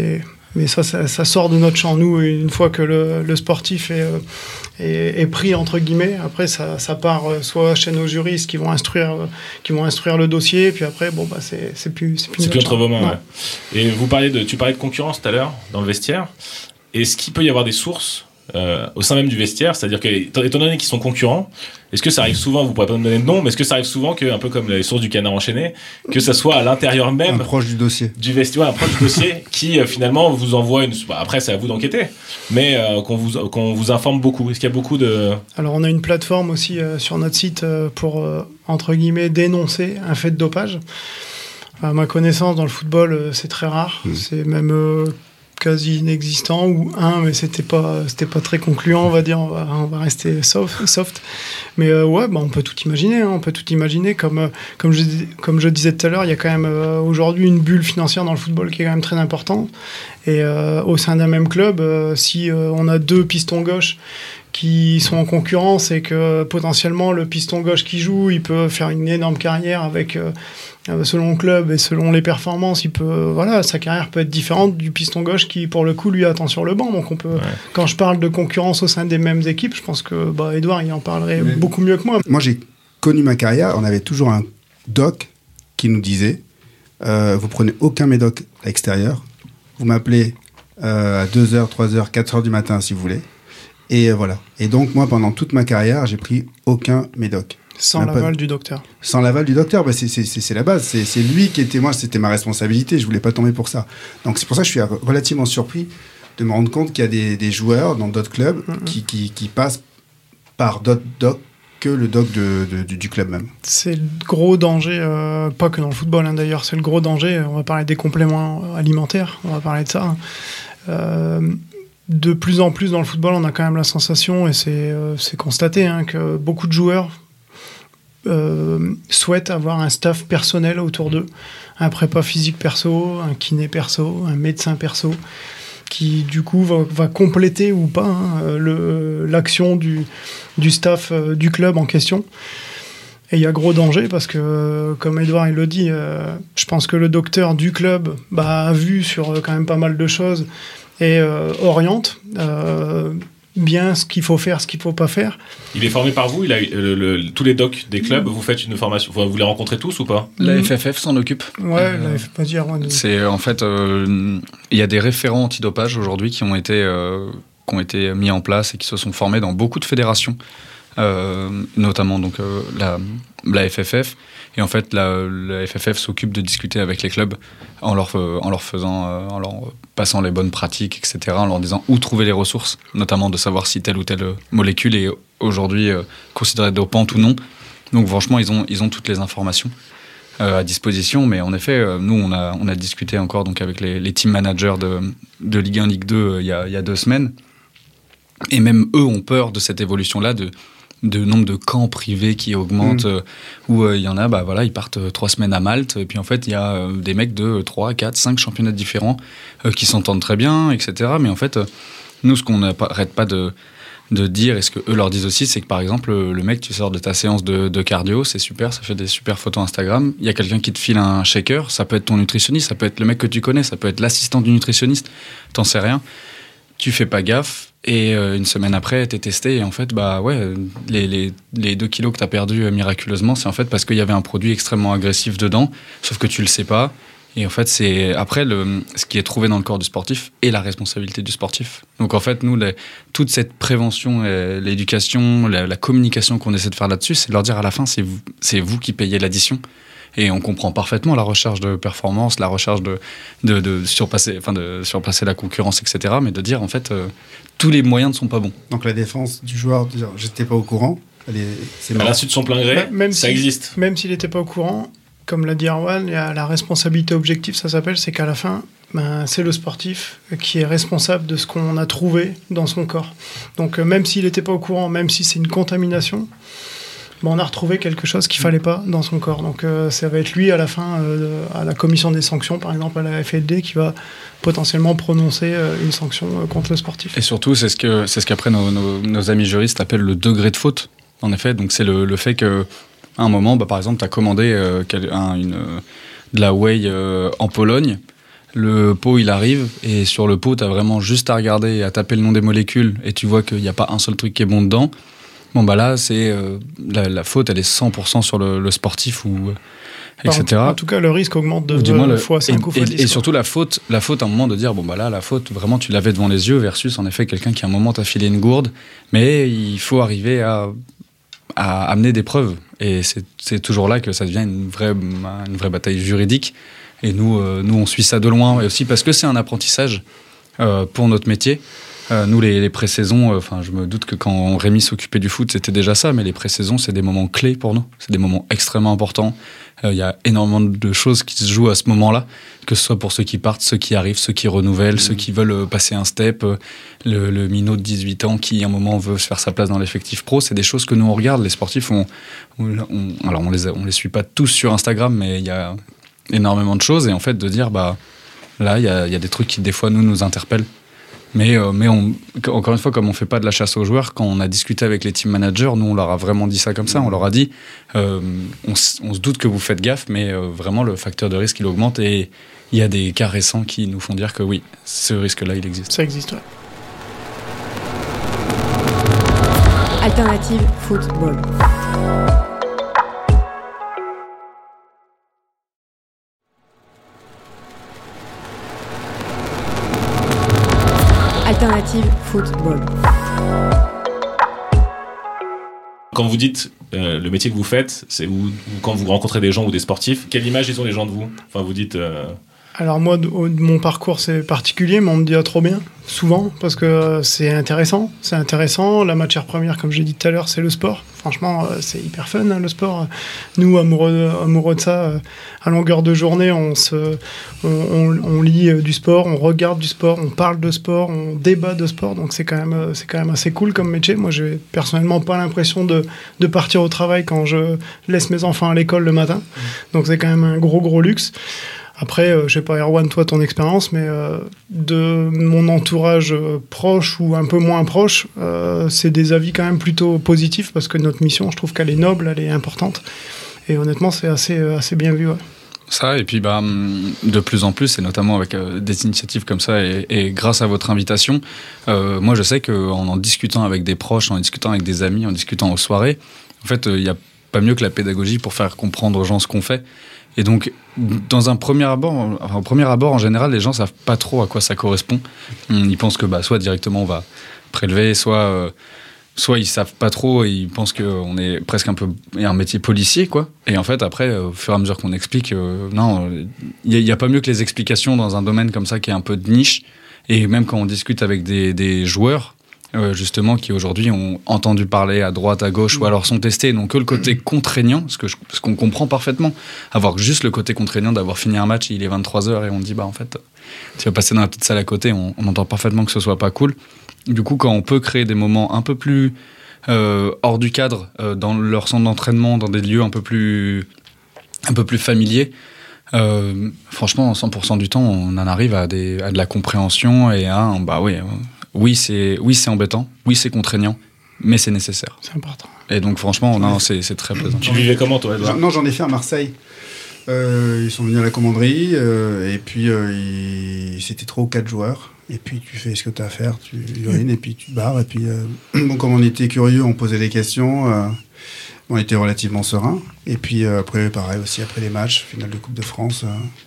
Mais ça sort de notre champ. Nous, une fois que le sportif est pris, entre guillemets, après, ça part soit chez nos juristes qui vont instruire le dossier, puis après, c'est plus
entre vos mains. Ouais. Et tu parlais de concurrence tout à l'heure, dans le vestiaire. Est-ce qu'il peut y avoir des sources au sein même du vestiaire, c'est-à-dire que, étant donné qu'ils sont concurrents, est-ce que ça arrive souvent, vous pourrez pas me donner de nom, mais est-ce que ça arrive souvent que, un peu comme les sources du Canard enchaîné, que ça soit à l'intérieur même
un proche du dossier
du vestiaire, un proche du dossier qui finalement vous envoie après c'est à vous d'enquêter, mais qu'on vous informe beaucoup. Est-ce qu'il y a beaucoup de...
Alors on a une plateforme aussi sur notre site pour entre guillemets dénoncer un fait de dopage. À ma connaissance, dans le football, c'est très rare, c'est même quasi inexistant, ou mais c'était pas très concluant, on va dire, on va rester soft. Mais on peut tout imaginer, on peut tout imaginer, comme je disais tout à l'heure, il y a quand même aujourd'hui une bulle financière dans le football qui est quand même très importante, et au sein d'un même club, si on a 2 pistons gauche qui sont en concurrence et que potentiellement le piston gauche qui joue, il peut faire une énorme carrière avec selon le club et selon les performances, sa carrière peut être différente du piston gauche qui pour le coup lui attend sur le banc. Donc on peut, quand je parle de concurrence au sein des mêmes équipes, je pense que Edouard il en parlerait beaucoup mieux que moi.
Moi j'ai connu ma carrière, on avait toujours un doc qui nous disait vous prenez aucun médoc à l'extérieur, vous m'appelez à 2h, 3h, 4h du matin si vous voulez. Et voilà. Et donc, moi, pendant toute ma carrière, j'ai pris aucun médoc.
Sans l'aval du docteur.
Sans l'aval du docteur, c'est la base. C'est lui qui était... Moi, c'était ma responsabilité. Je voulais pas tomber pour ça. Donc, c'est pour ça que je suis relativement surpris de me rendre compte qu'il y a des joueurs dans d'autres clubs qui passent par d'autres docs que le doc du club même. C'est le
gros danger, pas que dans le football, d'ailleurs. C'est le gros danger. On va parler des compléments alimentaires. On va parler de ça. De plus en plus dans le football, on a quand même la sensation, et c'est constaté, que beaucoup de joueurs souhaitent avoir un staff personnel autour d'eux, un prépa physique perso, un kiné perso, un médecin perso, qui du coup va compléter ou pas l'action du staff du club en question. Et il y a gros danger parce que, comme Edouard il le dit, je pense que le docteur du club a vu sur quand même pas mal de choses et oriente bien ce qu'il faut faire, ce qu'il ne faut pas faire.
Il est formé par vous, il a tous les docs des clubs, vous faites une formation, vous les rencontrez tous ou pas ?
La FFF s'en occupe.
Ouais, la FFF, pas dire.
C'est en fait, il y a des référents antidopage aujourd'hui qui ont été mis en place et qui se sont formés dans beaucoup de fédérations, notamment donc la FFF. Et en fait, la FFF s'occupe de discuter avec les clubs en leur passant les bonnes pratiques, etc., en leur disant où trouver les ressources, notamment de savoir si telle ou telle molécule est aujourd'hui considérée dopante ou non. Donc franchement, ils ont toutes les informations à disposition. Mais en effet, nous, on a discuté encore donc, avec les team managers de Ligue 1, Ligue 2 il y a 2 semaines. Et même eux ont peur de cette évolution-là, de nombre de camps privés qui augmentent, où il y en a, ils partent 3 semaines à Malte, et puis en fait, il y a des mecs de 3, 4, 5 championnats différents qui s'entendent très bien, etc. Mais en fait, nous, ce qu'on n'arrête pas de dire, et ce qu'eux leur disent aussi, c'est que par exemple, le mec, tu sors de ta séance de cardio, c'est super, ça fait des super photos Instagram, il y a quelqu'un qui te file un shaker, ça peut être ton nutritionniste, ça peut être le mec que tu connais, ça peut être l'assistant du nutritionniste, t'en sais rien. Tu fais pas gaffe, et une semaine après, t'es testé, et en fait, les 2 kilos que t'as perdus miraculeusement, c'est en fait parce qu'il y avait un produit extrêmement agressif dedans, sauf que tu le sais pas, et en fait, c'est après ce qui est trouvé dans le corps du sportif et la responsabilité du sportif. Donc en fait, nous, toute cette prévention, l'éducation, la communication qu'on essaie de faire là-dessus, c'est de leur dire à la fin, c'est vous qui payez l'addition. Et on comprend parfaitement la recherche de performance, la recherche de surpasser la concurrence, etc. Mais de dire, en fait, tous les moyens ne sont pas bons.
Donc la défense du joueur, de dire, j'étais pas au courant,
à l'insu de son plein gré, ça existe.
Même s'il n'était pas au courant, comme l'a dit Erwan, il y a la responsabilité objective, ça s'appelle, c'est qu'à la fin, c'est le sportif qui est responsable de ce qu'on a trouvé dans son corps. Donc même s'il n'était pas au courant, même si c'est une contamination, on a retrouvé quelque chose qu'il ne fallait pas dans son corps. Donc ça va être lui à la fin, à la commission des sanctions, par exemple à la FLD, qui va potentiellement prononcer une sanction contre le sportif.
Et surtout, c'est ce qu'après nos amis juristes appellent le degré de faute. En effet, donc c'est le fait qu'à un moment, par exemple, tu as commandé de la whey en Pologne, le pot il arrive et sur le pot t'as vraiment juste à regarder et à taper le nom des molécules et tu vois qu'il n'y a pas un seul truc qui est bon dedans. Bon bah là c'est la faute elle est 100% sur le sportif ou etc.
En tout cas le risque augmente de fois 5 ou fois 10.
Et surtout la faute à un moment de dire bon bah là la faute vraiment tu l'avais devant les yeux versus en effet quelqu'un qui à un moment t'a filé une gourde, mais il faut arriver à amener des preuves et c'est toujours là que ça devient une vraie bataille juridique. Et nous on suit ça de loin, et aussi parce que c'est un apprentissage pour notre métier. Nous, les pré-saisons, je me doute que quand Rémi s'occupait du foot, c'était déjà ça, mais les pré-saisons, c'est des moments clés pour nous. C'est des moments extrêmement importants. Il y a énormément de choses qui se jouent à ce moment-là, que ce soit pour ceux qui partent, ceux qui arrivent, ceux qui renouvellent, ceux qui veulent passer un step, le minot de 18 ans qui, à un moment, veut se faire sa place dans l'effectif pro. C'est des choses que nous, on regarde. Les sportifs, alors on les suit pas tous sur Instagram, mais il y a énormément de choses. Et en fait, de dire, là, il y a des trucs qui, des fois, nous interpellent. Mais encore une fois, comme on fait pas de la chasse aux joueurs, quand on a discuté avec les team managers, nous on leur a vraiment dit ça comme ça. On leur a dit, on se doute que vous faites gaffe, mais vraiment le facteur de risque il augmente et il y a des cas récents qui nous font dire que oui, ce risque-là il existe.
Ça existe, ouais.
Alternative football. Alternative football.
Quand vous dites le métier que vous faites, c'est quand vous rencontrez des gens ou des sportifs, quelle image ils ont les gens de vous ? Enfin, vous dites...
Alors moi, mon parcours, c'est particulier, mais on me dit trop bien, souvent, parce que c'est intéressant. C'est intéressant. La matière première, comme j'ai dit tout à l'heure, c'est le sport. Franchement, c'est hyper fun, hein, le sport. Nous, amoureux de ça, à longueur de journée, on lit du sport, on regarde du sport, on parle de sport, on débat de sport. Donc c'est quand même assez cool comme métier. Moi, j'ai personnellement pas l'impression de partir au travail quand je laisse mes enfants à l'école le matin. Donc c'est quand même un gros luxe. Après, je sais pas, Erwan, toi, ton expérience, mais de mon entourage proche ou un peu moins proche, c'est des avis quand même plutôt positifs parce que notre mission, je trouve qu'elle est noble, elle est importante. Et honnêtement, c'est assez bien vu, ouais.
Ça, et puis de plus en plus, et notamment avec des initiatives comme ça, et grâce à votre invitation, moi je sais qu'en discutant avec des proches, en discutant avec des amis, en discutant aux soirées, en fait, il n'y a pas mieux que la pédagogie pour faire comprendre aux gens ce qu'on fait. Et donc, dans un premier abord, en général, les gens savent pas trop à quoi ça correspond. Ils pensent que soit directement on va prélever, soit ils savent pas trop et ils pensent qu'on est presque un métier policier, quoi. Et en fait, après, au fur et à mesure qu'on explique, non, il y a pas mieux que les explications dans un domaine comme ça qui est un peu de niche. Et même quand on discute avec des joueurs, justement, qui aujourd'hui ont entendu parler à droite, à gauche, ou alors sont testés, n'ont que le côté contraignant, ce qu'on comprend parfaitement. Avoir juste le côté contraignant d'avoir fini un match, il est 23h, et on dit, en fait, tu vas passer dans la petite salle à côté, on entend parfaitement que ce soit pas cool. Du coup, quand on peut créer des moments un peu plus hors du cadre, dans leur centre d'entraînement, dans des lieux un peu plus familiers, franchement, 100% du temps, on en arrive à de la compréhension et à oui, c'est embêtant, oui, c'est contraignant, mais c'est nécessaire.
C'est important.
Et donc, franchement, non, c'est très plaisant.
Tu vivais comment, toi, Edouard ?
Non, j'en ai fait à Marseille. Ils sont venus à la commanderie, et puis c'était 3 ou 4 joueurs. Et puis, tu fais ce que tu as à faire, tu urines, et puis tu te barres. Et puis, comme on était curieux, on posait des questions. On était relativement serein. Et puis, après, pareil aussi, après les matchs, finale de Coupe de France...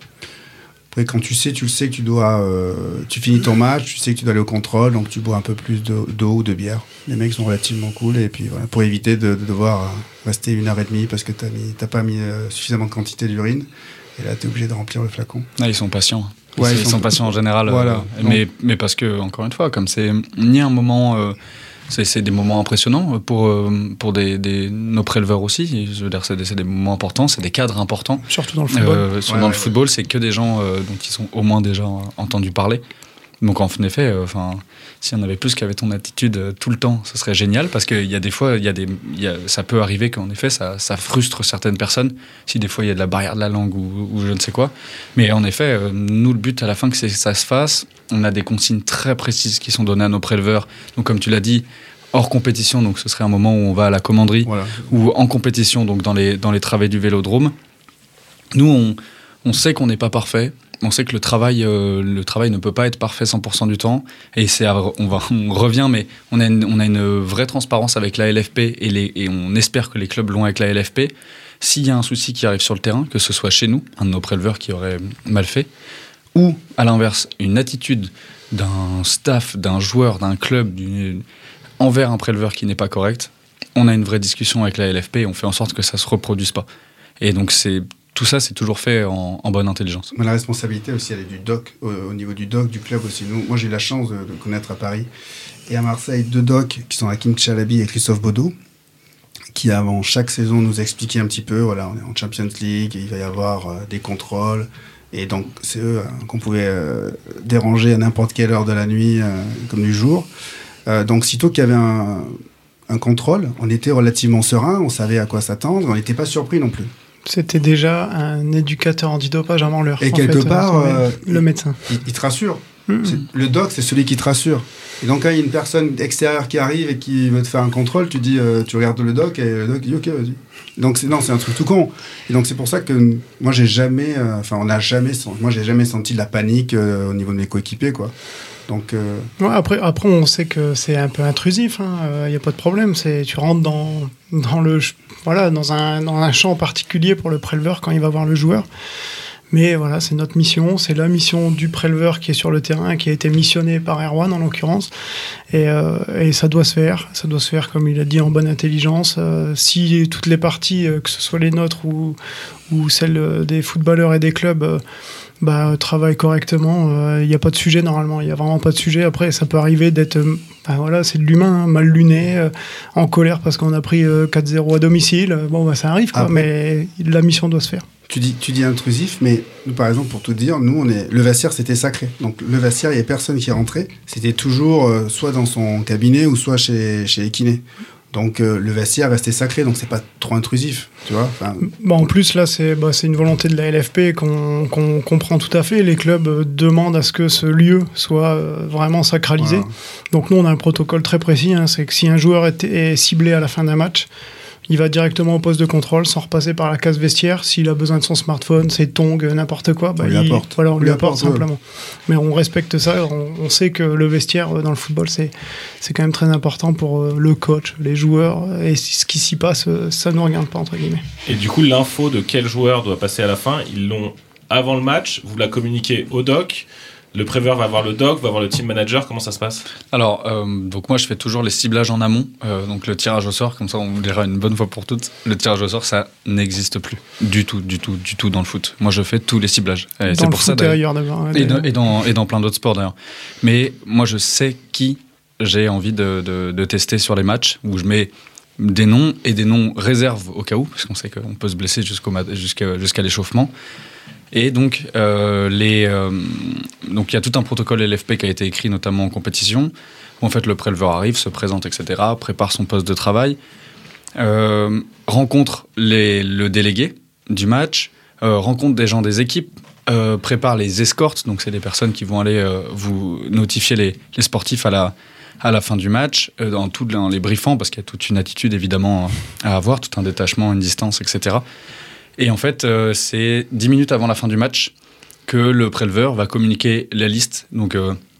Après, quand tu le sais que tu finis ton match, tu sais que tu dois aller au contrôle, donc tu bois un peu plus d'eau ou de bière. Les mecs sont relativement cool, et puis voilà, pour éviter de devoir rester 1h30 parce que t'as pas mis suffisamment de quantité d'urine, et là t'es obligé de remplir le flacon.
Ah, ils sont patients.
Ouais,
ils sont patients en général.
Voilà.
Mais parce que, encore une fois, comme c'est ni un moment... C'est des moments impressionnants pour nos préleveurs aussi. Je veux dire, c'est des moments importants, c'est des cadres importants.
Surtout dans le football.
Dans le football, c'est que des gens dont ils ont au moins déjà entendu parler. Donc en effet, s'il y en avait plus qui avaient ton attitude tout le temps, ce serait génial, parce qu'il y a des fois, ça peut arriver qu'en effet, ça frustre certaines personnes, si des fois il y a de la barrière de la langue ou je ne sais quoi. Mais en effet, nous, le but à la fin, que ça se fasse, on a des consignes très précises qui sont données à nos préleveurs. Donc comme tu l'as dit, hors compétition, donc ce serait un moment où on va à la commanderie, voilà. Ou en compétition, donc dans les travées du vélodrome. Nous, on sait qu'on n'est pas parfait. on sait que le travail ne peut pas être parfait 100% du temps. Et on revient, mais on a une vraie transparence avec la LFP et on espère que les clubs l'ont avec la LFP. S'il y a un souci qui arrive sur le terrain, que ce soit chez nous, un de nos préleveurs qui aurait mal fait, ou à l'inverse, une attitude d'un staff, d'un joueur, d'un club envers un préleveur qui n'est pas correct, on a une vraie discussion avec la LFP et on fait en sorte que ça ne se reproduise pas. Et donc tout ça, c'est toujours fait en bonne intelligence.
Mais la responsabilité aussi, elle est du doc, au niveau du doc, du club aussi. Moi, j'ai eu la chance de connaître à Paris et à Marseille 2 docs qui sont Hakim Chalabi et Christophe Baudot, qui avant chaque saison nous expliquaient un petit peu, voilà, on est en Champions League, il va y avoir des contrôles. Et donc, c'est eux qu'on pouvait déranger à n'importe quelle heure de la nuit, comme du jour. Donc, sitôt qu'il y avait un contrôle, on était relativement serein, on savait à quoi s'attendre, on n'était pas surpris non plus.
C'était déjà un éducateur antidopage avant l'heure.
Et quelque part,
le médecin.
Il te rassure. Le doc, c'est celui qui te rassure. Et donc, quand il y a une personne extérieure qui arrive et qui veut te faire un contrôle, tu dis, tu regardes le doc et le doc dit, ok, vas-y. Donc, c'est un truc tout con. Et donc, c'est pour ça que moi, j'ai jamais senti de la panique au niveau de mes coéquipiers, quoi. Donc,
ouais, après, on sait que c'est un peu intrusif. Il n'y a pas de problème. Tu rentres dans un champ particulier pour le préleveur quand il va voir le joueur. Mais voilà, c'est notre mission, c'est la mission du préleveur qui est sur le terrain, qui a été missionné par Erwan en l'occurrence. Et ça doit se faire. Ça doit se faire, comme il a dit, en bonne intelligence. Si toutes les parties, que ce soit les nôtres ou celles des footballeurs et des clubs, travaillent correctement, il n'y a pas de sujet normalement. Il n'y a vraiment pas de sujet. Après, ça peut arriver d'être... c'est de l'humain, mal luné, en colère parce qu'on a pris 4-0 à domicile. Ça arrive, quoi, mais la mission doit se faire.
Tu dis intrusif, mais nous, par exemple, pour tout dire, le vestiaire, c'était sacré. Donc, le vestiaire, il n'y avait personne qui rentrait. C'était toujours soit dans son cabinet ou soit chez les kinés. Donc, le vestiaire restait sacré, donc c'est pas trop intrusif, tu vois.
En plus, là, c'est une volonté de la LFP qu'on comprend tout à fait. Les clubs demandent à ce que ce lieu soit vraiment sacralisé. Voilà. Donc, nous, on a un protocole très précis. C'est que si un joueur est ciblé à la fin d'un match, il va directement au poste de contrôle sans repasser par la case vestiaire. S'il a besoin de son smartphone, ses tongs, n'importe quoi, on lui apporte simplement. Mais on respecte ça. On sait que le vestiaire dans le football, c'est quand même très important pour le coach, les joueurs. Et ce qui s'y passe, ça ne nous regarde pas, entre guillemets.
Et du coup, l'info de quel joueur doit passer à la fin, ils l'ont avant le match, vous la communiquez au doc. Le préleveur va voir le doc, va voir le team manager, comment ça se passe ?
Alors, donc moi je fais toujours les ciblages en amont, donc le tirage au sort, comme ça on le dira une bonne fois pour toutes. Le tirage au sort, ça n'existe plus du tout dans le foot. Moi je fais tous les ciblages. Et
dans le foot et ailleurs d'abord.
Et dans plein d'autres sports d'ailleurs. Mais moi je sais qui j'ai envie de tester sur les matchs, où je mets des noms et des noms réserves au cas où, parce qu'on sait qu'on peut se blesser jusqu'à l'échauffement. Et donc, donc il y a tout un protocole LFP qui a été écrit notamment en compétition, où en fait le préleveur arrive, se présente, etc., prépare son poste de travail, rencontre le délégué du match, rencontre des gens des équipes, prépare les escortes, donc c'est des personnes qui vont aller vous notifier les sportifs à la fin du match, dans les briefants, parce qu'il y a toute une attitude évidemment à avoir, tout un détachement, une distance, etc. Et en fait, c'est 10 minutes avant la fin du match que le préleveur va communiquer la liste, donc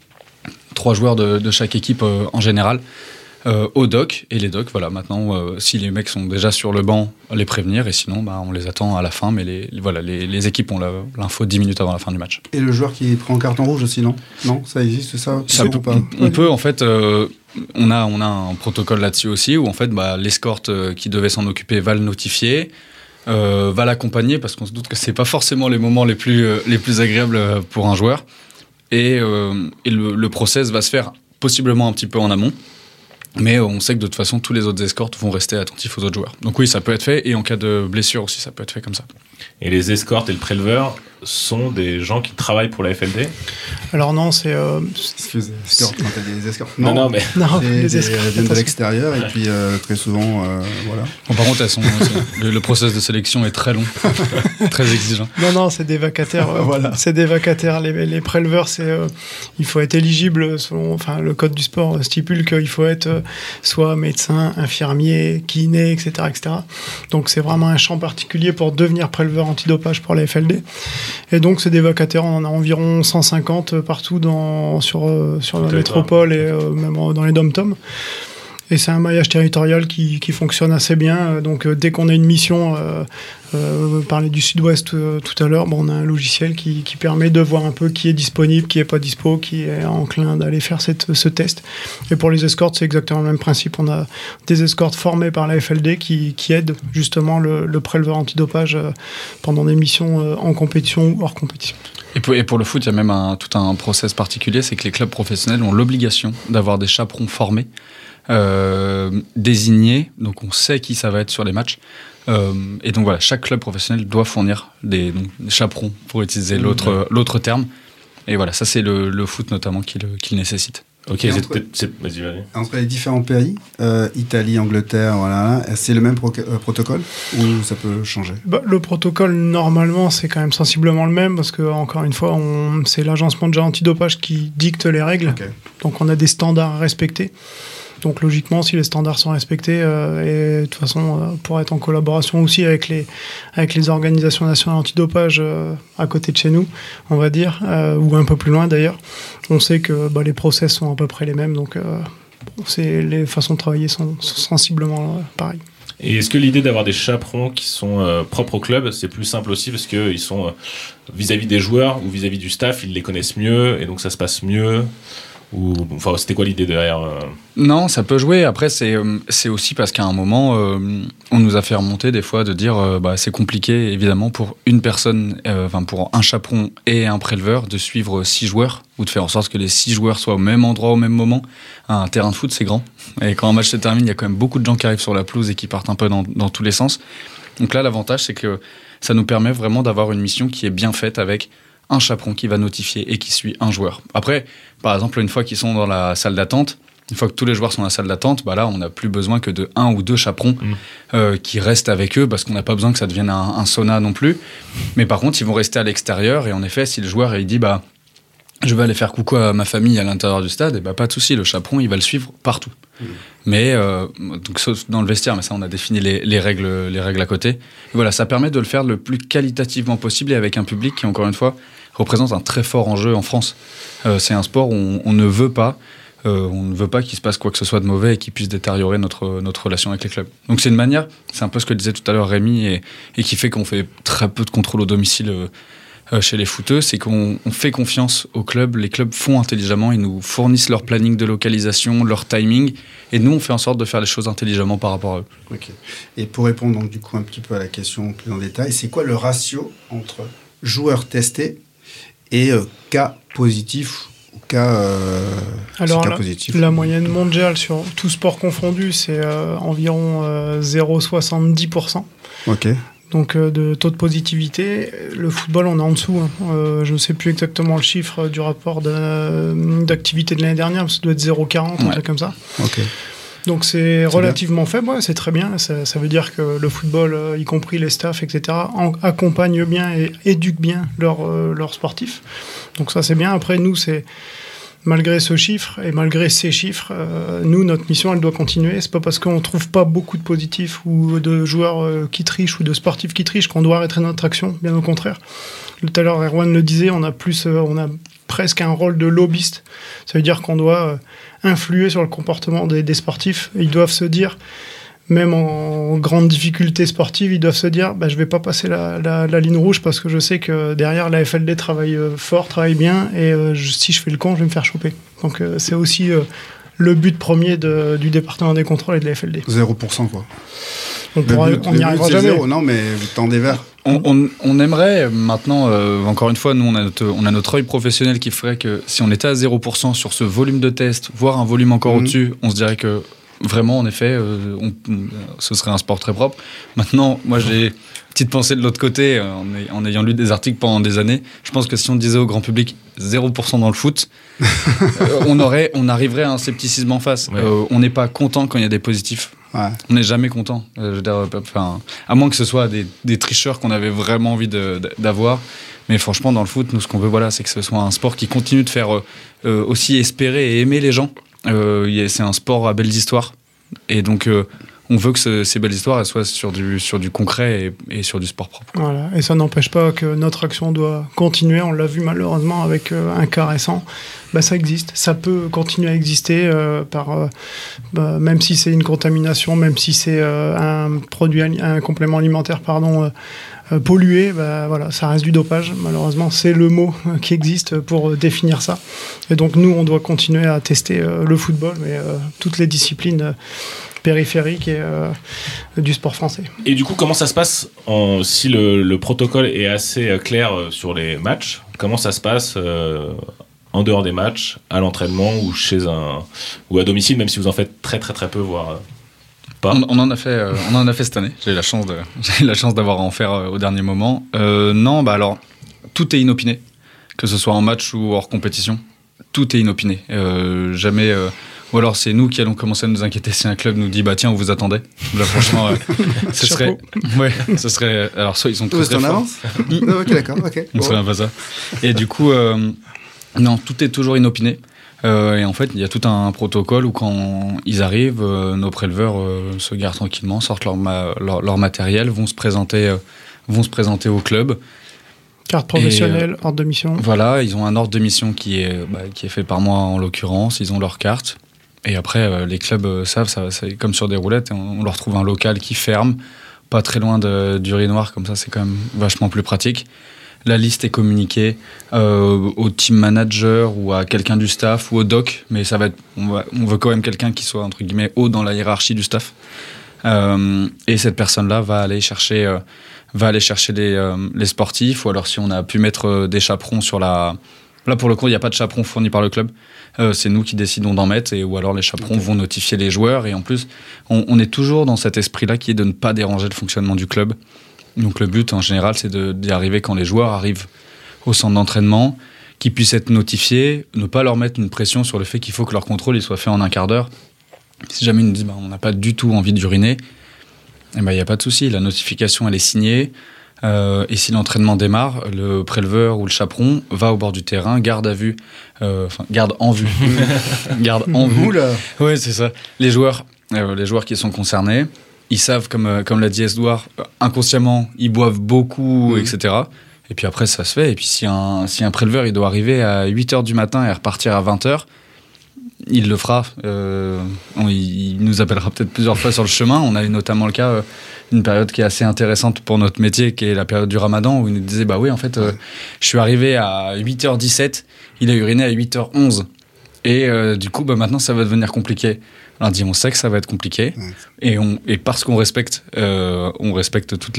3 joueurs de chaque équipe en général, au doc. Et les docs, voilà, maintenant, si les mecs sont déjà sur le banc, les prévenir, et sinon, on les attend à la fin. Mais les équipes ont l'info 10 minutes avant la fin du match.
Et le joueur qui prend un carton rouge aussi, non ? Non, ça existe, ça
peut, ou pas ? On peut, en fait... On a un protocole là-dessus aussi, où en fait, l'escorte qui devait s'en occuper va le notifier, va l'accompagner, parce qu'on se doute que c'est pas forcément les moments les plus agréables pour un joueur, et le process va se faire possiblement un petit peu en amont, mais on sait que de toute façon tous les autres escortes vont rester attentifs aux autres joueurs. Donc oui, ça peut être fait, et en cas de blessure aussi, ça peut être fait comme ça.
Et les escortes et le préleveur sont des gens qui travaillent pour la FLD ?
Alors non, c'est...
Excusez, escortes, quand t'as dit les escortes.
Non, mais...
les escortes viennent de l'extérieur, et puis très souvent, voilà.
Bon, par contre, le process de sélection est très long, très exigeant.
Non, c'est des vacataires. Voilà. C'est des vacataires. Les préleveurs, il faut être éligible, le code du sport stipule qu'il faut être soit médecin, infirmier, kiné, etc., etc. Donc c'est vraiment un champ particulier pour devenir préleveur antidopage pour la FLD. Et donc, c'est des vacataires, on en a environ 150 partout sur la métropole et même dans les dom-toms. Et c'est un maillage territorial qui fonctionne assez bien. Donc, dès qu'on a une mission, parler du Sud-Ouest tout à l'heure, on a un logiciel qui permet de voir un peu qui est disponible, qui n'est pas dispo, qui est enclin d'aller faire ce test. Et pour les escortes, c'est exactement le même principe. On a des escortes formés par la FLD qui aident justement le préleveur antidopage pendant des missions en compétition ou hors compétition.
Et pour le foot, il y a même tout un process particulier, c'est que les clubs professionnels ont l'obligation d'avoir des chaperons formés, désignés, donc on sait qui ça va être sur les matchs. Et donc voilà, chaque club professionnel doit fournir des chaperons, pour utiliser l'autre terme. Et voilà, ça c'est le foot notamment qui le nécessite.
Ok, vas-y.
Entre les différents pays, Italie, Angleterre, voilà, c'est le même protocole ou ça peut changer?
Le protocole, normalement, c'est quand même sensiblement le même parce que, encore une fois, c'est l'Agence mondiale antidopage qui dicte les règles. Okay. Donc, on a des standards à respecter. Donc logiquement, si les standards sont respectés, et de toute façon, pour être en collaboration aussi avec les organisations nationales antidopage à côté de chez nous, on va dire, ou un peu plus loin d'ailleurs, on sait que les process sont à peu près les mêmes, donc les façons de travailler sont sensiblement pareilles.
Et est-ce que l'idée d'avoir des chaperons qui sont propres au club, c'est plus simple aussi parce qu'ils sont vis-à-vis des joueurs ou vis-à-vis du staff, ils les connaissent mieux et donc ça se passe mieux? Ou, enfin, c'était quoi l'idée derrière
Non, ça peut jouer. Après, c'est aussi parce qu'à un moment, on nous a fait remonter des fois de dire c'est compliqué, évidemment, pour une personne, pour un chaperon et un préleveur, de suivre 6 joueurs ou de faire en sorte que les 6 joueurs soient au même endroit, au même moment. Un terrain de foot, c'est grand. Et quand un match se termine, il y a quand même beaucoup de gens qui arrivent sur la pelouse et qui partent un peu dans tous les sens. Donc là, l'avantage, c'est que ça nous permet vraiment d'avoir une mission qui est bien faite avec un chaperon qui va notifier et qui suit un joueur. Après, par exemple, une fois qu'ils sont dans la salle d'attente, une fois que tous les joueurs sont dans la salle d'attente, là, on n'a plus besoin que de 1 ou 2 chaperons qui restent avec eux parce qu'on n'a pas besoin que ça devienne un sauna non plus. Mais par contre, ils vont rester à l'extérieur et en effet, si le joueur il dit je vais aller faire coucou à ma famille à l'intérieur du stade, et pas de souci, le chaperon il va le suivre partout. Mais donc sauf dans le vestiaire, mais ça on a défini les règles à côté. Et voilà, ça permet de le faire le plus qualitativement possible et avec un public qui, encore une fois, représente un très fort enjeu en France. C'est un sport où on ne veut pas qu'il se passe quoi que ce soit de mauvais et qui puisse détériorer notre relation avec les clubs. Donc c'est une manière, c'est un peu ce que disait tout à l'heure Rémi et qui fait qu'on fait très peu de contrôle au domicile chez les footeux, c'est qu'on fait confiance aux clubs, les clubs font intelligemment, ils nous fournissent leur planning de localisation, leur timing, et nous on fait en sorte de faire les choses intelligemment par rapport à eux.
Ok. Et pour répondre donc du coup un petit peu à la question plus en détail, c'est quoi le ratio entre joueurs testés et cas positifs ou cas positifs?
La moyenne mondiale sur tout sport confondu, c'est environ 0,70%.
Ok.
Donc de taux de positivité. Le football, on est en dessous. Je ne sais plus exactement le chiffre du rapport d'activité de l'année dernière, mais ça doit être 0,40, un truc comme ça.
Okay.
Donc c'est relativement faible, c'est très bien. Ça veut dire que le football, y compris les staffs, etc., accompagne bien et éduque bien leurs sportifs. Donc ça c'est bien. Après nous, c'est malgré ce chiffre et malgré ces chiffres, nous, notre mission, elle doit continuer. C'est pas parce qu'on trouve pas beaucoup de positifs ou de joueurs qui trichent ou de sportifs qui trichent qu'on doit arrêter notre action. Bien au contraire. Tout à l'heure, Erwan le disait, on a presque un rôle de lobbyiste. Ça veut dire qu'on doit influer sur le comportement des sportifs. Ils doivent se dire, même en grande difficulté sportive, ils doivent se dire je vais pas passer la ligne rouge parce que je sais que derrière la FLD travaille fort, travaille bien, et si je fais le con, je vais me faire choper. Donc c'est aussi le but premier du département des contrôles et de la FLD.
0% quoi.
On n'y arrivera jamais.
0, non, mais vous tendez vers.
On aimerait maintenant, encore une fois, nous on a notre œil professionnel qui ferait que si on était à 0% sur ce volume de tests, voire un volume encore au-dessus, on se dirait que vraiment, en effet, ce serait un sport très propre. Maintenant, moi, j'ai une petite pensée de l'autre côté, en ayant lu des articles pendant des années. Je pense que si on disait au grand public 0% dans le foot, on arriverait à un scepticisme en face. Ouais. On n'est pas content quand il y a des positifs. Ouais. On n'est jamais content. Je veux dire, à moins que ce soit des tricheurs qu'on avait vraiment envie d'avoir. Mais franchement, dans le foot, nous, ce qu'on veut, c'est que ce soit un sport qui continue de faire aussi espérer et aimer les gens. C'est un sport à belles histoires. Et donc, on veut que ces belles histoires elles soient sur du concret et sur du sport propre.
Voilà. Et ça n'empêche pas que notre action doit continuer. On l'a vu malheureusement avec un cas récent. Ça existe, ça peut continuer à exister même si c'est une contamination, même si c'est un complément alimentaire pollué, voilà, ça reste du dopage. Malheureusement, c'est le mot qui existe pour définir ça. Et donc nous, on doit continuer à tester le football, mais toutes les disciplines périphériques et du sport français.
Et du coup, comment ça se passe si le protocole est assez clair sur les matchs? Comment ça se passe en dehors des matchs, à l'entraînement ou à domicile, même si vous en faites très très très peu, voire pas?
On en a fait cette année. J'ai eu la chance d'avoir à en faire au dernier moment. Non, alors tout est inopiné, que ce soit en match ou hors compétition. Tout est inopiné. Jamais. Ou alors c'est nous qui allons commencer à nous inquiéter si un club nous dit tiens, on vous attendait. Là franchement, ce serait. Ouais, ce serait. Alors soit ils sont très forts.
Avance. Ok, d'accord. Ok.
On serait pas ça. Et du coup. Non, tout est toujours inopiné. Et en fait, il y a tout un protocole où quand ils arrivent, nos préleveurs se garent tranquillement, sortent leur matériel, vont se présenter au club.
Carte professionnelle, ordre de mission.
Voilà, ils ont un ordre de mission qui est fait par moi en l'occurrence. Ils ont leur carte. Et après, les clubs savent, c'est comme sur des roulettes. On leur trouve un local qui ferme, pas très loin d'urinoir, comme ça, c'est quand même vachement plus pratique. La liste est communiquée au team manager ou à quelqu'un du staff ou au doc, mais on veut quand même quelqu'un qui soit entre guillemets haut dans la hiérarchie du staff. Et cette personne-là va aller chercher les sportifs, ou alors si on a pu mettre des chaperons sur la... Là pour le coup, il n'y a pas de chaperon fourni par le club. C'est nous qui décidons d'en mettre, ou alors les chaperons vont notifier les joueurs. Et en plus, on est toujours dans cet esprit-là qui est de ne pas déranger le fonctionnement du club. Donc le but en général c'est d'y arriver quand les joueurs arrivent au centre d'entraînement, qu'ils puissent être notifiés, ne pas leur mettre une pression sur le fait qu'il faut que leur contrôle il soit fait en un quart d'heure. Si jamais ils nous disent on n'a pas du tout envie d'uriner, il n'y a pas de souci, la notification elle est signée, et si l'entraînement démarre, le préleveur ou le chaperon va au bord du terrain, garde en vue. Garde en vue. Ouais, c'est ça. Les joueurs qui sont concernés, ils savent, comme l'a dit Esdouard, inconsciemment, ils boivent beaucoup, etc. Et puis après, ça se fait. Et puis si un préleveur il doit arriver à 8h du matin et repartir à 20h, il le fera. Il nous appellera peut-être plusieurs fois sur le chemin. On a eu notamment le cas, une période qui est assez intéressante pour notre métier, qui est la période du Ramadan, où il nous disait, oui, en fait, je suis arrivé à 8h17, il a uriné à 8h11. Et du coup, maintenant, ça va devenir compliqué. On dit, on sait que ça va être compliqué, et parce qu'on respecte toutes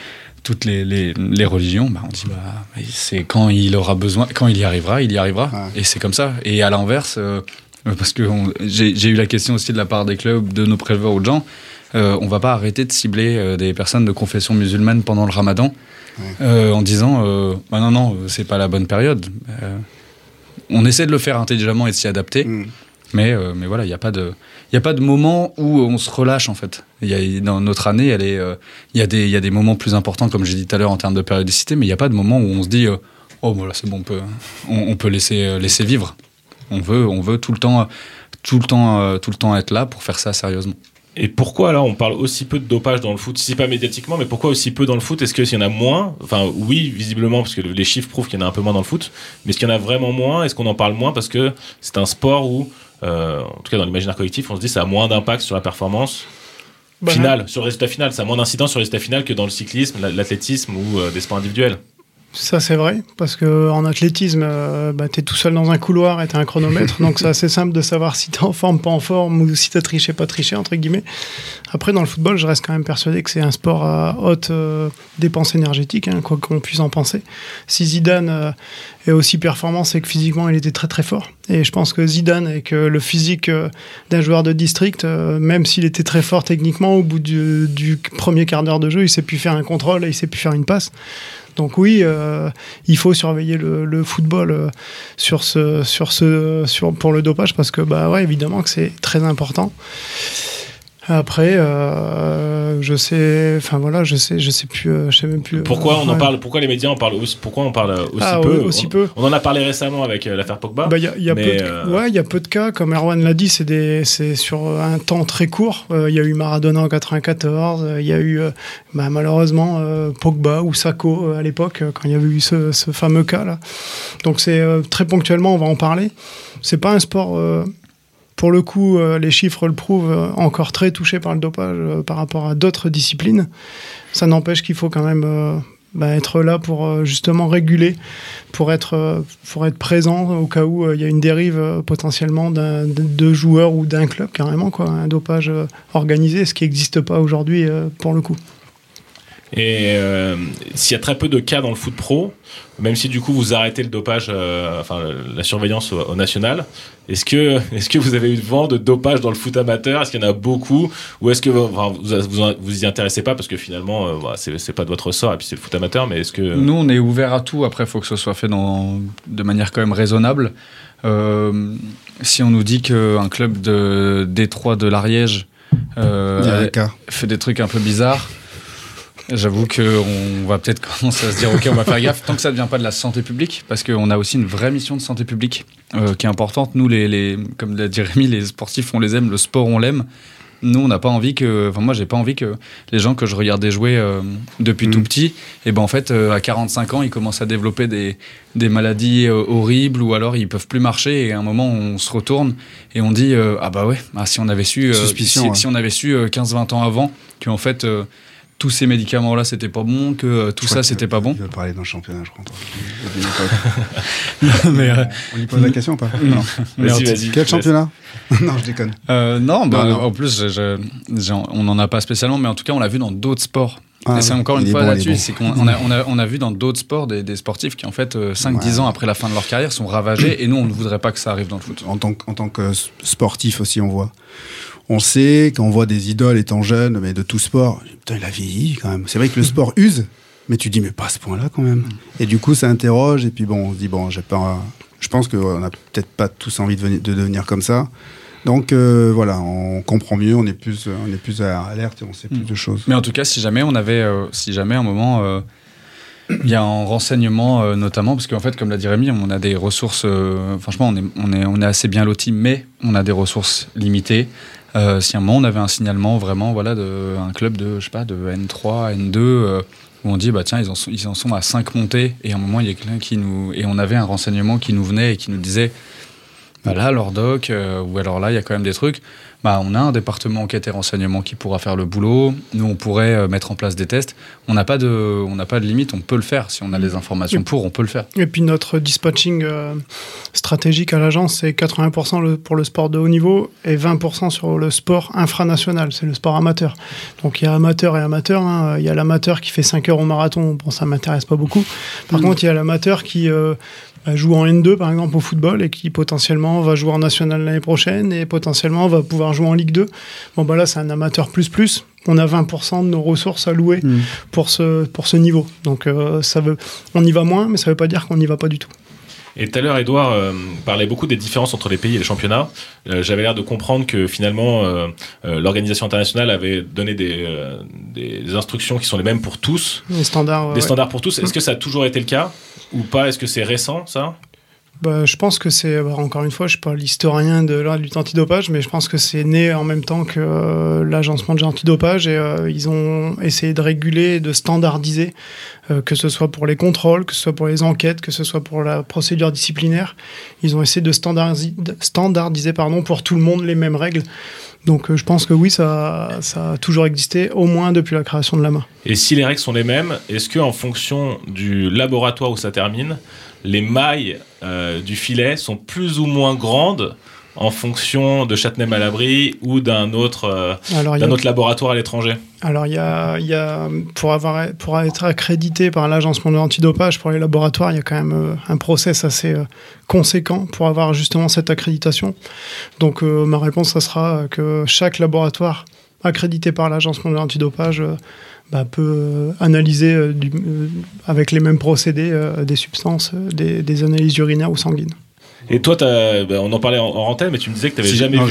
les religions, on dit c'est quand il aura besoin, quand il y arrivera, et c'est comme ça. Et à l'inverse, parce que j'ai eu la question aussi de la part des clubs, de nos préleveurs ou de gens, on va pas arrêter de cibler des personnes de confession musulmane pendant le Ramadan, en disant non, c'est pas la bonne période. On essaie de le faire intelligemment et de s'y adapter. Mais voilà, il n'y a pas de moment où on se relâche, en fait. Dans notre année, il y a des moments plus importants, comme j'ai dit tout à l'heure, en termes de périodicité, mais il n'y a pas de moment où on se dit voilà, c'est bon, on peut laisser vivre. On veut tout le temps être là pour faire ça sérieusement.
Et pourquoi alors on parle aussi peu de dopage dans le foot, si pas médiatiquement, mais pourquoi aussi peu dans le foot? Est-ce qu'il y en a moins? Enfin oui, visiblement, parce que les chiffres prouvent qu'il y en a un peu moins dans le foot, mais est-ce qu'il y en a vraiment moins? Est-ce qu'on en parle moins parce que c'est un sport où, en tout cas dans l'imaginaire collectif, on se dit que ça a moins d'impact sur la performance finale, sur le résultat final, ça a moins d'incidence sur le résultat final que dans le cyclisme, l'athlétisme ou des sports individuels?
Ça c'est vrai, parce qu'en athlétisme, t'es tout seul dans un couloir et t'as un chronomètre, donc c'est assez simple de savoir si t'es en forme, pas en forme, ou si t'as triché, pas triché, entre guillemets. Après, dans le football, je reste quand même persuadé que c'est un sport à haute dépense énergétique, quoi qu'on puisse en penser. Si Zidane est aussi performant, c'est que physiquement, il était très très fort. Et je pense que Zidane, avec le physique d'un joueur de district, même s'il était très fort techniquement, au bout du premier quart d'heure de jeu, il sait plus faire un contrôle et il sait plus faire une passe. Donc oui, il faut surveiller le football pour le dopage, parce que évidemment que c'est très important. Après, je sais même plus.
Pourquoi on en parle? Pourquoi les médias en parlent aussi? Pourquoi on parle aussi peu? On en a parlé récemment avec l'affaire Pogba.
Il y a peu de cas, comme Erwan l'a dit, c'est sur un temps très court. Il y a eu Maradona en 94, il y a eu malheureusement Pogba ou Sakho à l'époque quand il y avait eu ce fameux cas là. Donc c'est très ponctuellement, on va en parler. C'est pas un sport. Pour le coup, les chiffres le prouvent, encore très touché par le dopage par rapport à d'autres disciplines. Ça n'empêche qu'il faut quand même être là pour justement réguler, pour être présent au cas où il y a une dérive potentiellement de joueurs ou d'un club carrément, quoi, un dopage organisé, ce qui n'existe pas aujourd'hui pour le coup.
Et s'il y a très peu de cas dans le foot pro, même si du coup vous arrêtez le dopage, la surveillance au national, est-ce que vous avez eu vent de dopage dans le foot amateur? Est-ce qu'il y en a beaucoup? Ou est-ce que vous y intéressez pas parce que finalement c'est pas de votre ressort et puis c'est le foot amateur, mais est-ce que...
Nous on est ouvert à tout, après il faut que ce soit fait de manière quand même raisonnable. Si on nous dit qu'un club de Détroit de l'Ariège fait des trucs un peu bizarres, j'avoue qu'on va peut-être commencer à se dire ok, on va faire gaffe tant que ça ne devient pas de la santé publique, parce qu'on a aussi une vraie mission de santé publique qui est importante. Nous, comme l'a dit Rémi, les sportifs on les aime, le sport on l'aime. Nous, on n'a pas envie moi j'ai pas envie que les gens que je regardais jouer depuis tout petit, et en fait à 45 ans ils commencent à développer des maladies horribles, ou alors ils peuvent plus marcher, et à un moment on se retourne et on dit si on avait su si on avait su 15-20 ans avant qu'en fait tous ces médicaments-là, c'était pas bon, que tout ça, c'était pas bon.
Il va parler d'un championnat, je crois.
On lui pose la question ou pas?
Non.
Vas-y.
Quel championnat? Non, je déconne.
Non. En plus, on n'en a pas spécialement, mais en tout cas, on l'a vu dans d'autres sports. Et c'est encore une fois là-dessus, c'est qu'on a vu dans d'autres sports des sportifs qui, en fait, 5-10 ans après la fin de leur carrière, sont ravagés, et nous, on ne voudrait pas que ça arrive dans le foot.
En tant que sportif aussi, on sait, quand on voit des idoles étant jeunes, mais de tout sport, putain, il a vieilli quand même. C'est vrai que le sport use, mais tu dis, mais pas à ce point-là quand même. Et du coup, ça interroge, et puis on se dit, je pense qu'on n'a peut-être pas tous envie de devenir comme ça. Donc on comprend mieux, on est plus à alerte et on sait plus de choses.
Mais en tout cas, si jamais à un moment... il y a un renseignement notamment, parce qu'en fait, comme l'a dit Rémi, on a des ressources, franchement on est assez bien lotis, mais on a des ressources limitées. Si à un moment on avait un signalement vraiment d'un club de N3, N2, où on dit tiens, ils en sont à 5 montées, et à un moment il y a quelqu'un et on avait un renseignement qui nous venait et qui nous disait là leur doc, ou alors là il y a quand même des trucs. On a un département enquête et renseignement qui pourra faire le boulot. Nous, on pourrait mettre en place des tests. On n'a pas de limite, on peut le faire. Si on a les informations on peut le faire.
Et puis notre dispatching stratégique à l'agence, c'est 80% pour le sport de haut niveau et 20% sur le sport infranational, c'est le sport amateur. Donc il y a amateur et amateur. Il y a l'amateur qui fait 5 heures au marathon, ça ne m'intéresse pas beaucoup. Par contre, il y a l'amateur qui... joue en N2 par exemple au football, et qui potentiellement va jouer en national l'année prochaine et potentiellement va pouvoir jouer en Ligue 2. Là c'est un amateur plus. On a 20% de nos ressources allouées pour ce niveau. Donc on y va moins, mais ça veut pas dire qu'on n'y va pas du tout.
Et tout à l'heure, Edouard parlait beaucoup des différences entre les pays et les championnats. J'avais l'air de comprendre que finalement, l'organisation internationale avait donné des instructions qui sont les mêmes pour tous.
Des standards
pour tous. Est-ce que ça a toujours été le cas ou pas? Est-ce que c'est récent, ça?
Je pense que c'est, encore une fois, je ne suis pas l'historien de la lutte antidopage, mais je pense que c'est né en même temps que l'Agence mondiale antidopage, et ils ont essayé de réguler, de standardiser, que ce soit pour les contrôles, que ce soit pour les enquêtes, que ce soit pour la procédure disciplinaire. Ils ont essayé de standardiser pour tout le monde les mêmes règles. Donc je pense que oui, ça a toujours existé, au moins depuis la création de l'AMA.
Et si les règles sont les mêmes, est-ce qu'en fonction du laboratoire où ça termine, les mailles du filet sont plus ou moins grandes en fonction de Châtenay-Malabry ou d'un autre laboratoire à l'étranger?
Alors, il y a pour être accrédité par l'Agence mondiale antidopage, pour les laboratoires, il y a quand même un process assez conséquent pour avoir justement cette accréditation. Donc, ma réponse, ça sera que chaque laboratoire accrédité par l'Agence mondiale antidopage peut analyser avec les mêmes procédés des substances, des analyses urinaires ou sanguines.
Et toi, on en parlait en antenne, mais tu me disais que tu n'avais jamais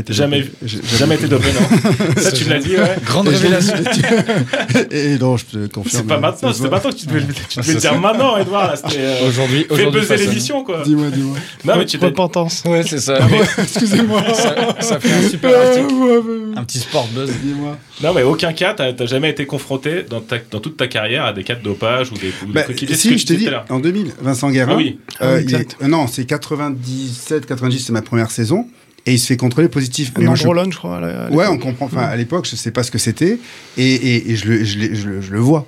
été dopé, non? Ça, tu l'as dit, ouais.
Grande révélation.
Et non, je te confirme.
C'est pas maintenant, c'était pas toi que tu devais le dire maintenant, Edouard. Là, c'était,
aujourd'hui,
fais buzzer l'émission, quoi.
Dis-moi.
Non, mais tu
repentance.
Ouais, c'est ça.
Excusez-moi.
Ça fait un super article. Un petit sport buzz.
Dis-moi.
Non, mais aucun cas, t'as jamais été confronté dans toute ta carrière à des cas de dopage ou des coéquipiers.
Si, je te dis, en 2000, Vincent Guérin.
Ah oui.
Non, c'est 97, 98, c'est ma première saison. Et il se fait contrôler positif.
Mais Androlone, je crois.
Ouais, on comprend. Enfin, à l'époque, je sais pas ce que c'était. Et je le vois.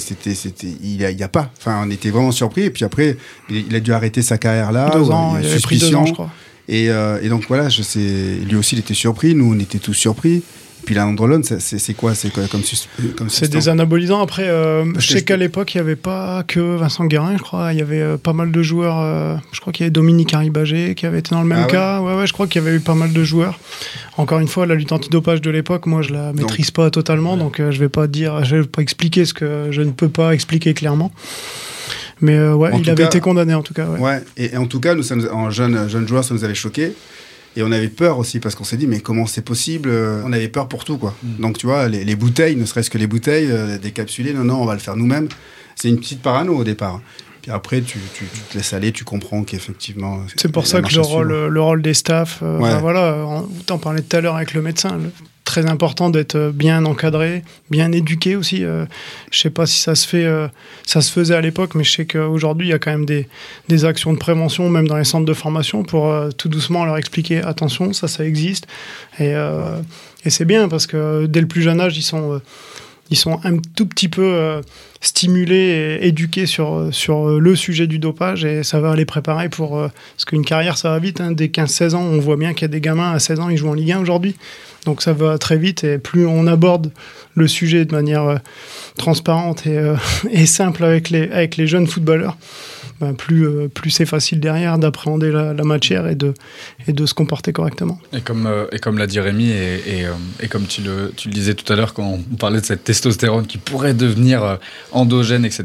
Il y a pas. Enfin, on était vraiment surpris. Et puis après, il a dû arrêter sa carrière là.
2 ans, il avait pris 2 ans, je crois.
Et donc voilà, lui aussi, il était surpris. Nous, on était tous surpris. Puis l'androlone, c'est quoi comme
c'est des anabolisants. Après, je sais qu'à l'époque, il n'y avait pas que Vincent Guérin, je crois. Il y avait pas mal de joueurs. Je crois qu'il y avait Dominique Haribagé qui avait été dans le même cas. Ouais, je crois qu'il y avait eu pas mal de joueurs. Encore une fois, la lutte antidopage de l'époque, moi, je la maîtrise pas totalement. Donc, je vais pas expliquer ce que je ne peux pas expliquer clairement. Mais il avait été condamné en tout cas.
Ouais. Et en tout cas, nous sommes en jeune joueur, ça nous avait choqué. Et on avait peur aussi, parce qu'on s'est dit, mais comment c'est possible? On avait peur pour tout, quoi. Donc, tu vois, les bouteilles, ne serait-ce que les bouteilles décapsulées, non, on va le faire nous-mêmes. C'est une petite parano au départ. Puis après, tu te laisses aller, tu comprends qu'effectivement...
C'est pour ça que le rôle des staffs, t'en parlais tout à l'heure avec le médecin, très important d'être bien encadré, bien éduqué aussi. Je sais pas si ça se faisait à l'époque, mais je sais qu'aujourd'hui, il y a quand même des actions de prévention, même dans les centres de formation, pour tout doucement leur expliquer, attention, ça existe. Et c'est bien, parce que dès le plus jeune âge, ils sont un tout petit peu stimulés et éduqués sur le sujet du dopage, et ça va les préparer pour... parce qu'une carrière, ça va vite. Hein. Dès 15-16 ans, on voit bien qu'il y a des gamins à 16 ans, ils jouent en Ligue 1 aujourd'hui. Donc ça va très vite, et plus on aborde le sujet de manière transparente et simple avec les jeunes footballeurs, plus c'est facile derrière d'appréhender la matière et de se comporter correctement.
Et comme l'a dit Rémi, et comme tu le disais tout à l'heure quand on parlait de cette testostérone qui pourrait devenir endogène, etc.,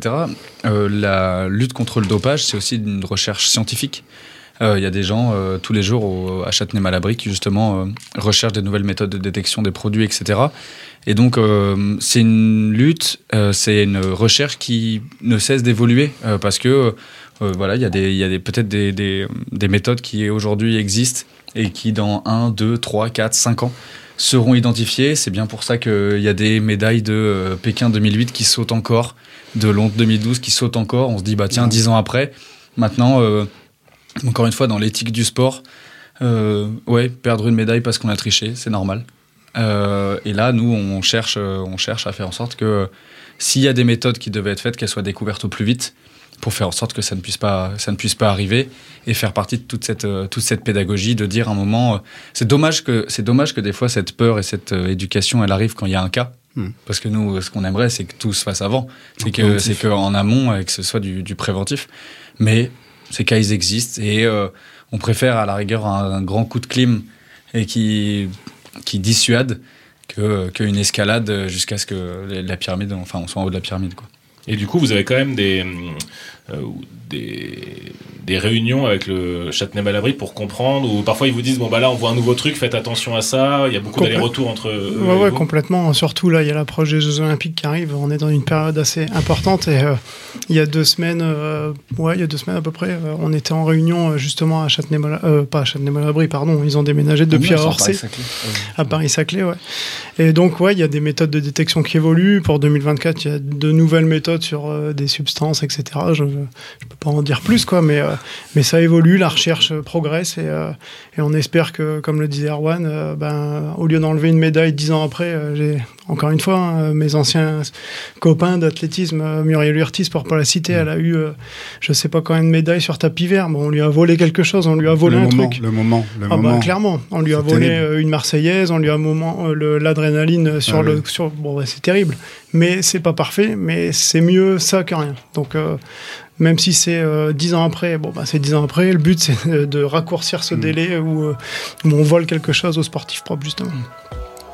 la lutte contre le dopage, c'est aussi une recherche scientifique. Il y a des gens tous les jours à Châtenay-Malabry qui justement recherchent des nouvelles méthodes de détection des produits, etc. Et donc c'est une lutte, c'est une recherche qui ne cesse d'évoluer parce que il y a peut-être des méthodes qui aujourd'hui existent et qui dans 1, 2, 3, 4, 5 ans seront identifiées. C'est bien pour ça qu'il y a des médailles de Pékin 2008 qui sautent encore, de Londres 2012 qui sautent encore. On se dit, 10 ans après, maintenant... Encore une fois, dans l'éthique du sport, perdre une médaille parce qu'on a triché, c'est normal. Et là, nous, on cherche à faire en sorte que s'il y a des méthodes qui devaient être faites, qu'elles soient découvertes au plus vite, pour faire en sorte que ça ne puisse pas arriver, et faire partie de toute cette pédagogie, de dire à un moment, c'est dommage que des fois cette peur et cette éducation, elle arrive quand il y a un cas. Parce que nous, ce qu'on aimerait, c'est que tout se fasse avant. C'est qu'en amont, et que ce soit du préventif. Mais ces cas, ils existent, et on préfère à la rigueur un grand coup de clim et qui dissuade qu'une escalade jusqu'à ce que la pyramide, on soit en haut de la pyramide, quoi.
Et du coup, vous avez quand même des réunions avec le Châtenay-Malabry pour comprendre, ou parfois ils vous disent, là on voit un nouveau truc, faites attention à ça, il y a beaucoup d'allers-rets-retours entre eux et vous.
Complètement, surtout là il y a l'approche des Jeux Olympiques qui arrive, on est dans une période assez importante, et il y a 2 semaines à peu près, on était en réunion justement à pas à Châtenay-Malabry, pardon, ils ont déménagé depuis à Orsay, à Paris-Saclay, ouais. Et donc il y a des méthodes de détection qui évoluent. Pour 2024, il y a de nouvelles méthodes sur des substances, etc. Je peux pas en dire plus, quoi, mais ça évolue, la recherche progresse, et on espère que, comme le disait Erwan, au lieu d'enlever une médaille 10 ans après, j'ai encore une fois mes anciens copains d'athlétisme, Muriel Urtis, pour pas la citer, elle a eu je sais pas combien de médailles sur tapis vert. On lui a volé quelque chose, on lui a volé truc.
Le moment.
Clairement, on lui a volé une Marseillaise, on lui a l'adrénaline c'est terrible, mais c'est pas parfait, mais c'est mieux ça que rien. Donc même si c'est 10 ans après, c'est 10 ans après, le but c'est de raccourcir ce délai où on vole quelque chose aux sportifs propres, justement.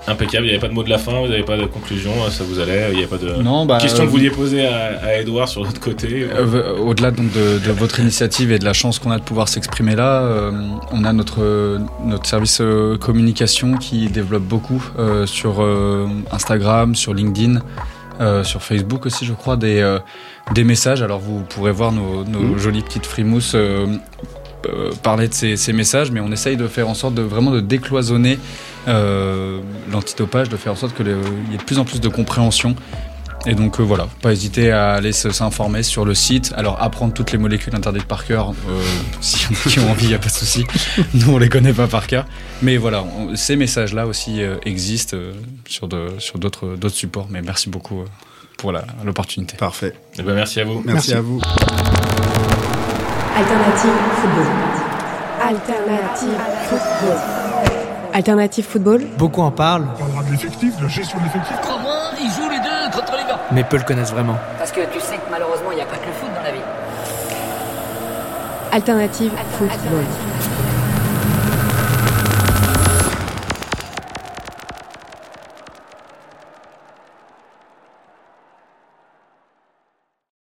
Impeccable, il n'y avait pas de mot de la fin, vous n'avez pas de conclusion, ça vous allait, il n'y avait pas de question que vous vouliez poser à Edouard sur l'autre côté.
Au-delà donc de votre initiative et de la chance qu'on a de pouvoir s'exprimer là, on a notre service communication qui développe beaucoup sur Instagram, sur LinkedIn, sur Facebook aussi je crois, des messages. Alors vous pourrez voir nos jolies petites frimousses parler de ces messages, mais on essaye de faire en sorte de décloisonner l'antidopage, de faire en sorte qu'il y ait de plus en plus de compréhension. Et donc voilà, pas hésiter à aller s'informer sur le site. Alors apprendre toutes les molécules interdites par cœur, s'il y en a qui ont envie, il n'y a pas de souci. Nous on les connaît pas par cœur. Mais voilà, ces messages-là aussi existent sur d'autres supports. Mais merci beaucoup pour l'opportunité.
Parfait.
Et ben merci à vous.
Merci à vous.
Alternative football. Alternative football. Alternative football.
Beaucoup en parlent.
On parlera de l'effectif, de la gestion de l'effectif.
Crois-moi, ils jouent les deux contre les gars.
Mais peu le connaissent vraiment.
Parce que tu sais que malheureusement, il n'y a pas que le foot dans la vie.
Alternative football.